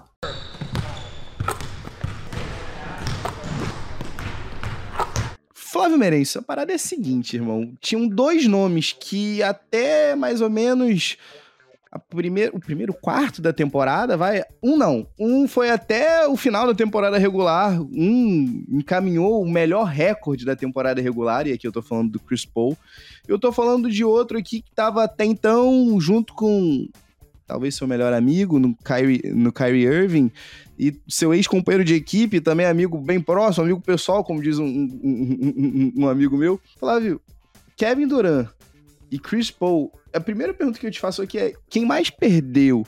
Flávio Meirense, a parada é a seguinte, irmão. Tinham dois nomes que até mais ou menos a primeiro, o primeiro quarto da temporada, vai... Um não. Um foi até o final da temporada regular. Um encaminhou o melhor recorde da temporada regular, e aqui eu tô falando do Chris Paul. Eu tô falando de outro aqui que tava até então junto com talvez seu melhor amigo, no Kyrie, no Kyrie Irving, e seu ex-companheiro de equipe, também amigo bem próximo, amigo pessoal, como diz um, um, um, um amigo meu. Flávio, Kevin Durant e Chris Paul, a primeira pergunta que eu te faço aqui é: quem mais perdeu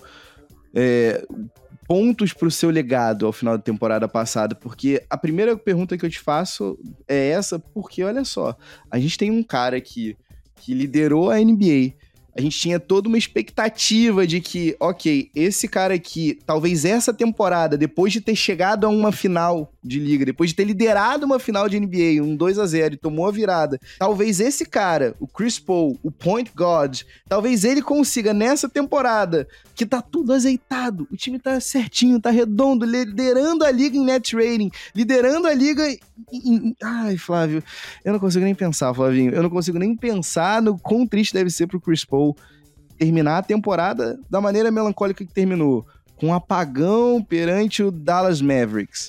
é, pontos pro seu legado ao final da temporada passada? Porque a primeira pergunta que eu te faço é essa, porque olha só, a gente tem um cara aqui que liderou a N B A. A gente tinha toda uma expectativa de que, ok, esse cara aqui, talvez essa temporada, depois de ter chegado a uma final de liga, depois de ter liderado uma final de N B A, um dois a zero, e tomou a virada, talvez esse cara, o Chris Paul, o point guard, talvez ele consiga nessa temporada, que tá tudo azeitado, o time tá certinho, tá redondo, liderando a liga em net rating, liderando a liga em... em... Ai, Flávio, eu não consigo nem pensar, Flavinho, eu não consigo nem pensar no quão triste deve ser pro Chris Paul terminar a temporada da maneira melancólica que terminou, com um apagão perante o Dallas Mavericks.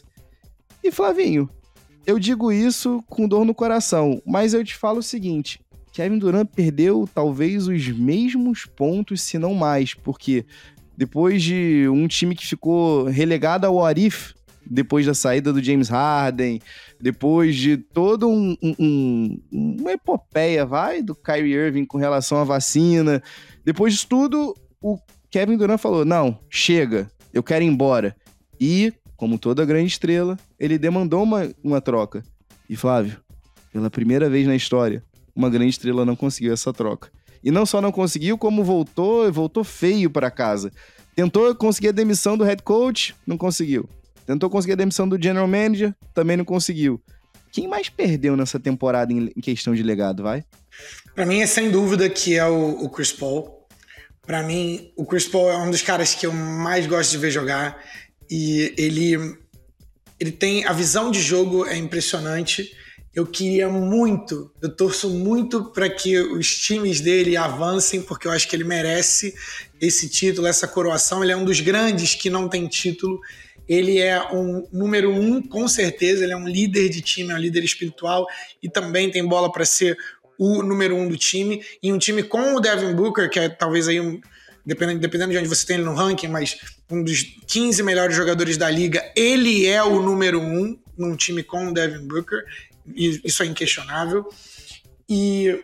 E Flavinho, eu digo isso com dor no coração, mas eu te falo o seguinte: Kevin Durant perdeu talvez os mesmos pontos, se não mais, porque depois de um time que ficou relegado ao what if, depois da saída do James Harden, depois de todo um, um, um, uma epopeia, vai, do Kyrie Irving com relação à vacina, depois disso tudo, o Kevin Durant falou: não, chega, eu quero ir embora. E, como toda grande estrela, ele demandou uma, uma troca. E Flávio, pela primeira vez na história, uma grande estrela não conseguiu essa troca. E não só não conseguiu, como voltou, voltou feio para casa. Tentou conseguir a demissão do head coach, não conseguiu. Tentou conseguir a demissão do general manager, também não conseguiu. Quem mais perdeu nessa temporada em questão de legado, vai? Pra mim é sem dúvida que é o, o Chris Paul. Pra mim, o Chris Paul é um dos caras que eu mais gosto de ver jogar. E ele, ele tem... A visão de jogo é impressionante. Eu queria muito, eu torço muito para que os times dele avancem, porque eu acho que ele merece esse título, essa coroação. Ele é um dos grandes que não tem título. Ele é um número um, com certeza. Ele é um líder de time, é um líder espiritual e também tem bola para ser o número um do time. E um time com o Devin Booker, que é talvez aí um... Dependendo, dependendo de onde você tem ele no ranking, mas um dos quinze melhores jogadores da liga, ele é o número um num time com o Devin Booker, e isso é inquestionável. E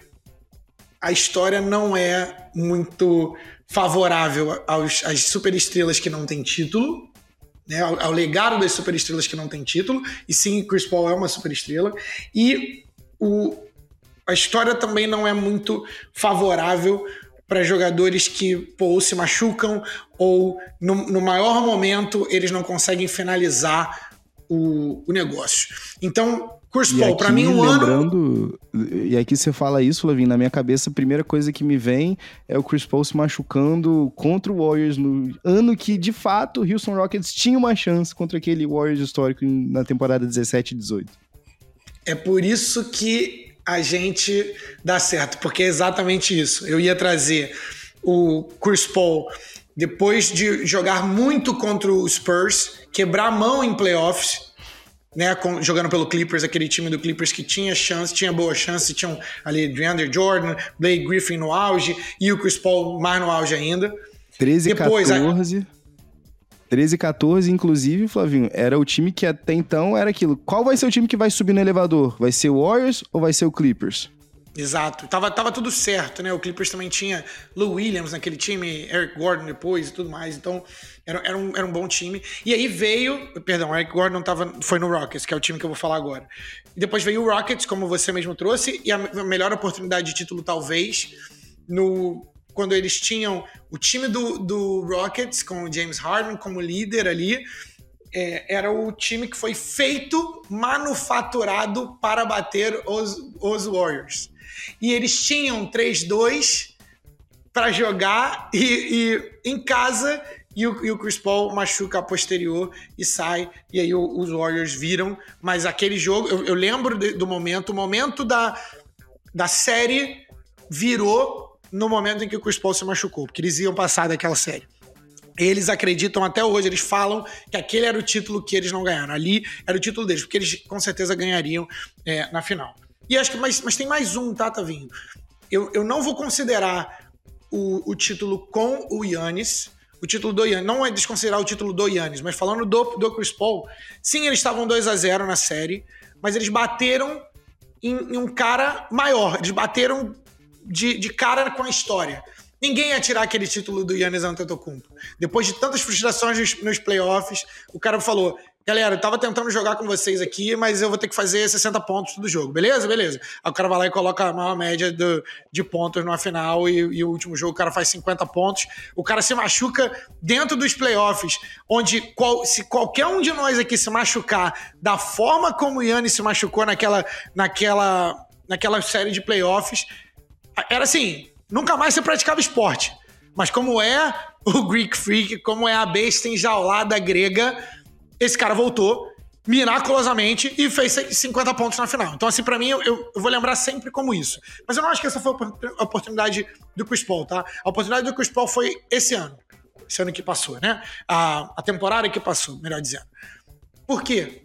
a história não é muito favorável aos, às superestrelas que não têm título, né, ao, ao legado das superestrelas que não têm título, e sim, Chris Paul é uma superestrela, e o, a história também não é muito favorável para jogadores que pô, ou se machucam ou no, no maior momento eles não conseguem finalizar o, o negócio. Então, Chris Paul, para mim um lembrando, ano... E aqui você fala isso, Flavinho, na minha cabeça a primeira coisa que me vem é o Chris Paul se machucando contra o Warriors no ano que, de fato, o Houston Rockets tinha uma chance contra aquele Warriors histórico na temporada dezessete e dezoito. É por isso que a gente dá certo, porque é exatamente isso. Eu ia trazer o Chris Paul depois de jogar muito contra o Spurs, quebrar a mão em playoffs, né, com, jogando pelo Clippers, aquele time do Clippers que tinha chance, tinha boa chance, tinham ali DeAndre Jordan, Blake Griffin no auge e o Chris Paul mais no auge ainda. treze e quatorze... treze e quatorze, inclusive, Flavinho, era o time que até então era aquilo. Qual vai ser o time que vai subir no elevador? Vai ser o Warriors ou vai ser o Clippers? Exato. Tava, tava tudo certo, né? O Clippers também tinha Lou Williams naquele time, Eric Gordon depois e tudo mais. Então, era, era, um, era um bom time. E aí veio... Perdão, Eric Gordon tava, foi no Rockets, que é o time que eu vou falar agora. E depois veio o Rockets, como você mesmo trouxe, e a melhor oportunidade de título, talvez, no... quando eles tinham o time do, do Rockets, com o James Harden como líder ali, é, era o time que foi feito, manufaturado para bater os, os Warriors. E eles tinham três dois para jogar e, e em casa e o, e o Chris Paul machuca a posterior e sai, e aí o, os Warriors viram, mas aquele jogo, eu, eu lembro de, do momento, o momento da, da série virou no momento em que o Chris Paul se machucou, porque eles iam passar daquela série. Eles acreditam até hoje, eles falam que aquele era o título que eles não ganharam. Ali era o título deles, porque eles com certeza ganhariam é, na final. E acho que, mas, mas tem mais um, tá, Tavinho? Eu, eu não vou considerar o, o título com o Giannis, o título do Giannis, não é desconsiderar o título do Giannis, mas falando do, do Chris Paul, sim, eles estavam dois a zero na série, mas eles bateram em, em um cara maior, eles bateram de, de cara com a história. Ninguém ia tirar aquele título do Giannis Antetokounmpo. Depois de tantas frustrações nos, nos playoffs, o cara falou, galera, eu tava tentando jogar com vocês aqui, mas eu vou ter que fazer sessenta pontos do jogo. Beleza? Beleza. Aí o cara vai lá e coloca a maior média do, de pontos na final e, e o último jogo o cara faz cinquenta pontos. O cara se machuca dentro dos playoffs, onde qual, se qualquer um de nós aqui se machucar da forma como o Giannis se machucou naquela, naquela, naquela série de playoffs, era assim... Nunca mais você praticava esporte. Mas como é o Greek Freak, como é a besta enjaulada grega, esse cara voltou miraculosamente e fez cinquenta pontos na final. Então, assim, pra mim, eu, eu vou lembrar sempre como isso. Mas eu não acho que essa foi a oportunidade do Chris Paul, tá? A oportunidade do Chris Paul foi esse ano. Esse ano que passou, né? A, a temporada que passou, melhor dizendo. Por quê?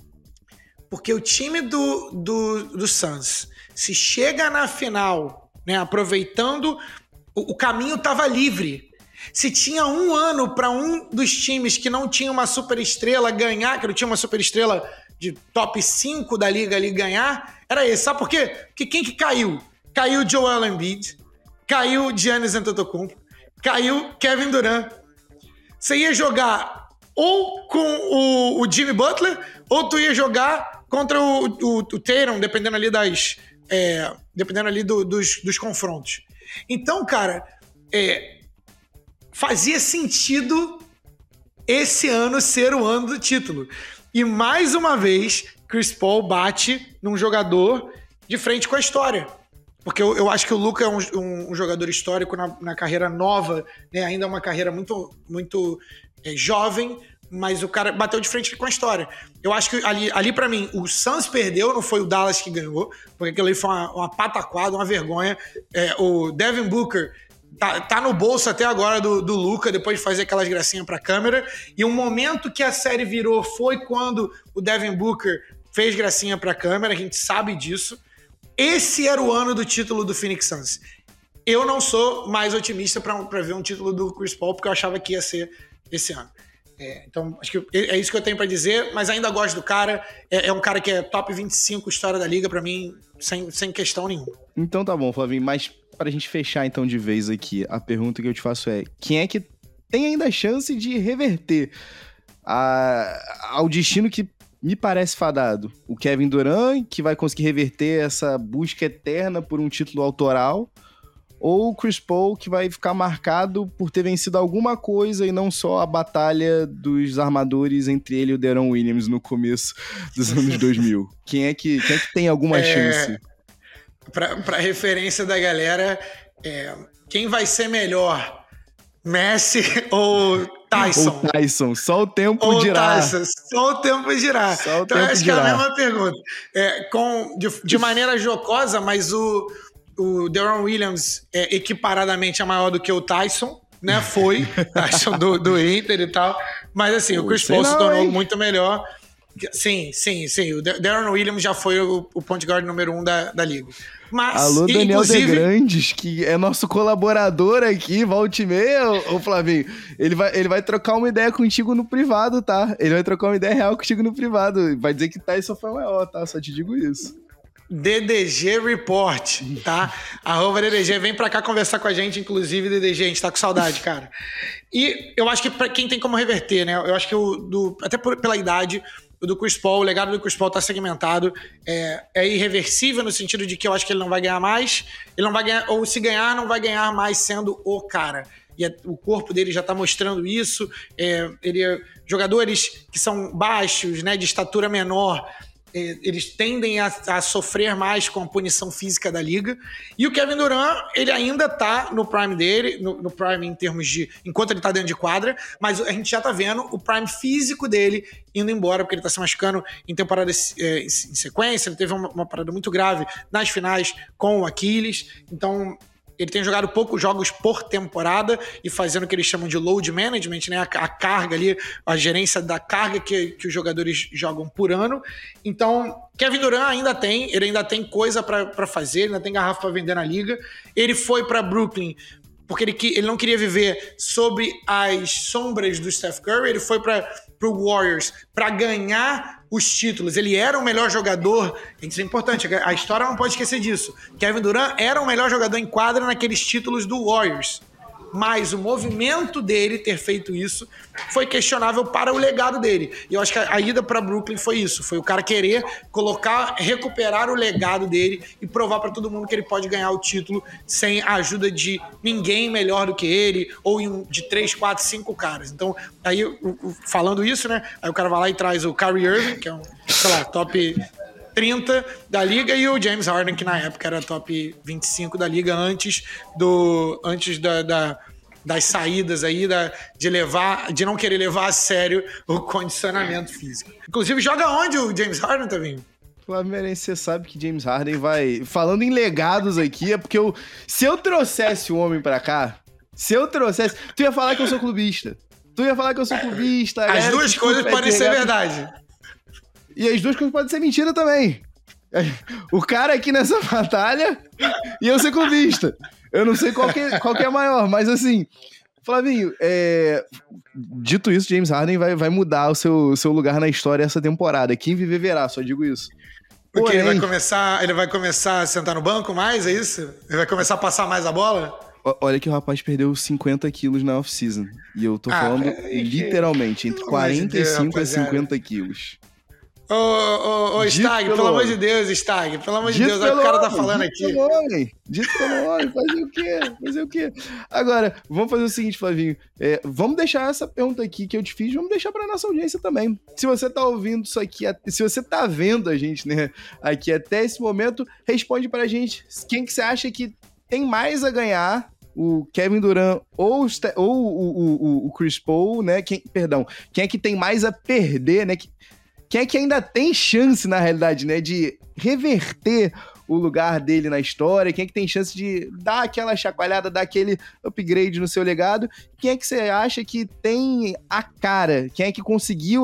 Porque o time do, do, do Suns, se chega na final... Né, aproveitando, o, o caminho estava livre. Se tinha um ano para um dos times que não tinha uma superestrela ganhar, que não tinha uma superestrela de top cinco da liga ali ganhar, era esse. Sabe por quê? Porque quem que caiu? Caiu Joel Embiid, caiu Giannis Antetokounmpo, caiu Kevin Durant. Você ia jogar ou com o, o Jimmy Butler, ou tu ia jogar contra o, o, o Tatum, dependendo ali das... É, dependendo ali do, dos, dos confrontos. Então, cara, é, fazia sentido esse ano ser o ano do título. E mais uma vez, Chris Paul bate num jogador de frente com a história. Porque eu, eu acho que o Luka é um, um, um jogador histórico na, na carreira nova, né? Ainda é uma carreira muito, muito é, jovem, mas o cara bateu de frente com a história. Eu acho que ali, ali para mim, o Suns perdeu, não foi o Dallas que ganhou, porque aquilo ali foi uma, uma pataquada, uma vergonha. É, o Devin Booker tá, tá no bolso até agora do, do Luka, depois de fazer aquelas gracinhas pra câmera. E um momento que a série virou foi quando o Devin Booker fez gracinha pra câmera, a gente sabe disso. Esse era o ano do título do Phoenix Suns. Eu não sou mais otimista pra, pra ver um título do Chris Paul, porque eu achava que ia ser esse ano. É, então, acho que é isso que eu tenho pra dizer, mas ainda gosto do cara. É, é um cara que é top vinte e cinco história da liga pra mim, sem, sem questão nenhuma. Então tá bom, Flavinho, mas pra gente fechar então de vez aqui, a pergunta que eu te faço é, quem é que tem ainda a chance de reverter a, ao destino que me parece fadado? O Kevin Durant, que vai conseguir reverter essa busca eterna por um título autoral, ou o Chris Paul, que vai ficar marcado por ter vencido alguma coisa e não só a batalha dos armadores entre ele e o Deron Williams no começo dos anos dois mil? Quem é que, quem é que tem alguma é, chance? Pra, pra referência da galera, é, quem vai ser melhor? Messi ou Tyson? Ou Tyson, só o tempo ou dirá. Tyson, só o tempo dirá. Só o então, tempo acho dirá. que é a mesma pergunta. É, com, de, de maneira jocosa, mas o... O Deron Williams é equiparadamente é maior do que o Tyson, né? Foi, Tyson do, do Inter e tal. Mas assim, o Chris Paul se tornou hein? muito melhor. Sim, sim, sim. O Deron Williams já foi o, o point guard número um da, da liga. Mas, alô, Daniel inclusive... De Grandes, que é nosso colaborador aqui, volte e meia, ô Flavinho. Ele vai, ele vai trocar uma ideia contigo no privado, tá? Ele vai trocar uma ideia real contigo no privado. Vai dizer que Tyson foi maior, tá? Só te digo isso. D D G Report, tá? Arroba D D G, vem pra cá conversar com a gente, inclusive, D D G, a gente tá com saudade, cara. E eu acho que pra quem tem como reverter, né? Eu acho que o do, até por, pela idade, o do Chris Paul, o legado do Chris Paul tá segmentado, é, é irreversível no sentido de que eu acho que ele não vai ganhar mais, ele não vai ganhar, ou se ganhar, não vai ganhar mais sendo o cara. E é, o corpo dele já tá mostrando isso, é, ele, jogadores que são baixos, né, de estatura menor, eles tendem a, a sofrer mais com a punição física da liga. E o Kevin Durant, ele ainda tá no prime dele, no, no prime em termos de... enquanto ele tá dentro de quadra, mas a gente já tá vendo o prime físico dele indo embora, porque ele tá se machucando em temporada é, em sequência. Ele teve uma, uma parada muito grave nas finais com o Aquiles. Então... ele tem jogado poucos jogos por temporada e fazendo o que eles chamam de load management, né? A, a carga ali, a gerência da carga que, que os jogadores jogam por ano. Então, Kevin Durant ainda tem, ele ainda tem coisa para fazer, ainda tem garrafa para vender na liga. Ele foi para Brooklyn porque ele, ele não queria viver sob as sombras do Steph Curry, ele foi para o Warriors para ganhar os títulos. Ele era o melhor jogador, isso é importante, a história não pode esquecer disso. Kevin Durant era o melhor jogador em quadra naqueles títulos do Warriors. Mas o movimento dele ter feito isso foi questionável para o legado dele. E eu acho que a, a ida para Brooklyn foi isso. Foi o cara querer colocar, recuperar o legado dele e provar para todo mundo que ele pode ganhar o título sem a ajuda de ninguém melhor do que ele ou em, de três, quatro, cinco caras. Então, aí falando isso, né? Aí o cara vai lá e traz o Kyrie Irving, que é um, sei lá, top trinta da liga, e o James Harden, que na época era top vinte e cinco da liga antes, do, antes da, da, das saídas aí, da, de, levar, de não querer levar a sério o condicionamento físico. Inclusive, joga onde o James Harden, Tavinho? Flávio Meirense, você sabe que James Harden vai... Falando em legados aqui, é porque eu, se eu trouxesse o homem pra cá, se eu trouxesse... Tu ia falar que eu sou clubista. Tu ia falar que eu sou clubista. As duas coisas podem ser verdade. E as duas coisas podem ser mentira também. O cara aqui nessa batalha e eu ser clubista. Eu não sei qual que, é, qual que é maior, mas assim, Flavinho, é... dito isso, James Harden vai, vai mudar o seu, seu lugar na história essa temporada. Quem viver verá, só digo isso. Porque Porém... ele vai começar, ele vai começar a sentar no banco mais, é isso? Ele vai começar a passar mais a bola? Olha que o rapaz perdeu cinquenta quilos na off-season. E eu tô ah, falando é, literalmente, entre quarenta e cinco e cinquenta quilos. Ô, ô, ô, Stag, pelo, pelo amor de Deus, Stag, pelo amor de Deus, olha o que o cara tá falando dito aqui. Pelo homem, dito pelo homem, fazer o quê? Fazer o quê? Agora, vamos fazer o seguinte, Flavinho, é, vamos deixar essa pergunta aqui que eu te fiz, vamos deixar pra nossa audiência também. Se você tá ouvindo isso aqui, se você tá vendo a gente, né, aqui até esse momento, responde pra gente quem que você acha que tem mais a ganhar, o Kevin Durant ou, ou o, o, o Chris Paul, né, quem, perdão, quem é que tem mais a perder, né, que, Quem é que ainda tem chance, na realidade, né, de reverter o lugar dele na história? Quem é que tem chance de dar aquela chacoalhada, dar aquele upgrade no seu legado? Quem é que você acha que tem a cara? Quem é que conseguiu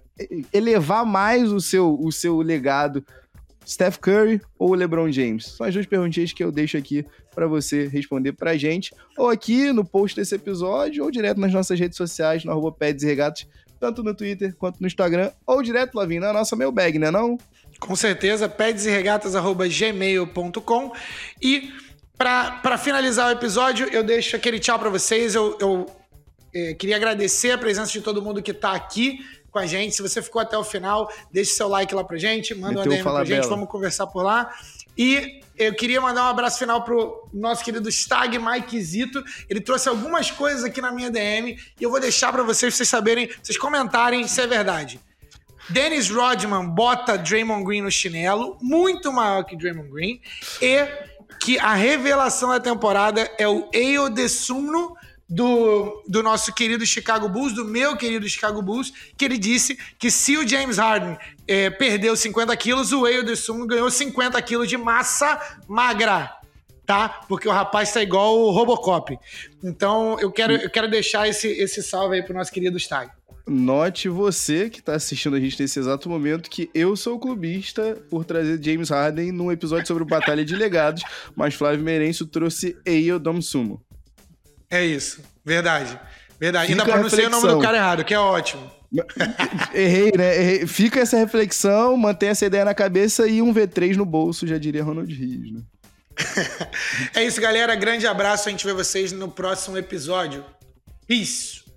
elevar mais o seu, o seu legado? Steph Curry ou LeBron James? São as duas perguntinhas que eu deixo aqui para você responder pra gente, ou aqui no post desse episódio, ou direto nas nossas redes sociais, no arroba Pads e Regatas, tanto no Twitter quanto no Instagram, ou direto, Lavinho, na nossa mailbag, né não? Com certeza, pads e regatas arroba gmail ponto com. E para finalizar o episódio, eu deixo aquele tchau para vocês. Eu, eu é, queria agradecer a presença de todo mundo que tá aqui com a gente. Se você ficou até o final, deixe seu like lá pra gente, manda um D M pra gente, bela. Vamos conversar por lá. E eu queria mandar um abraço final pro nosso querido Stag Mike Zito. Ele trouxe algumas coisas aqui na minha D M e eu vou deixar pra vocês, vocês saberem, vocês comentarem se é verdade. Dennis Rodman bota Draymond Green no chinelo, muito maior que Draymond Green, e que a revelação da temporada é o Ayo Dosunmu, do, do nosso querido Chicago Bulls, do meu querido Chicago Bulls, que ele disse que se o James Harden é, perdeu cinquenta quilos, o Ayo Dosunmu ganhou cinquenta quilos de massa magra, tá? Porque o rapaz tá igual o Robocop. Então eu quero, eu quero deixar esse, esse salve aí pro nosso querido Stag. Note você que tá assistindo a gente nesse exato momento que eu sou clubista por trazer James Harden num episódio sobre Batalha de Legados, mas Flávio Meirense trouxe Ayo Dosunmu. É isso, verdade, verdade. Fica Ainda pronunciei o nome do cara errado, que é ótimo. Errei, né? Errei. Fica essa reflexão, mantém essa ideia na cabeça e um V três no bolso, já diria Ronald Rios, né? É isso, galera. Grande abraço. A gente vê vocês no próximo episódio. Peace!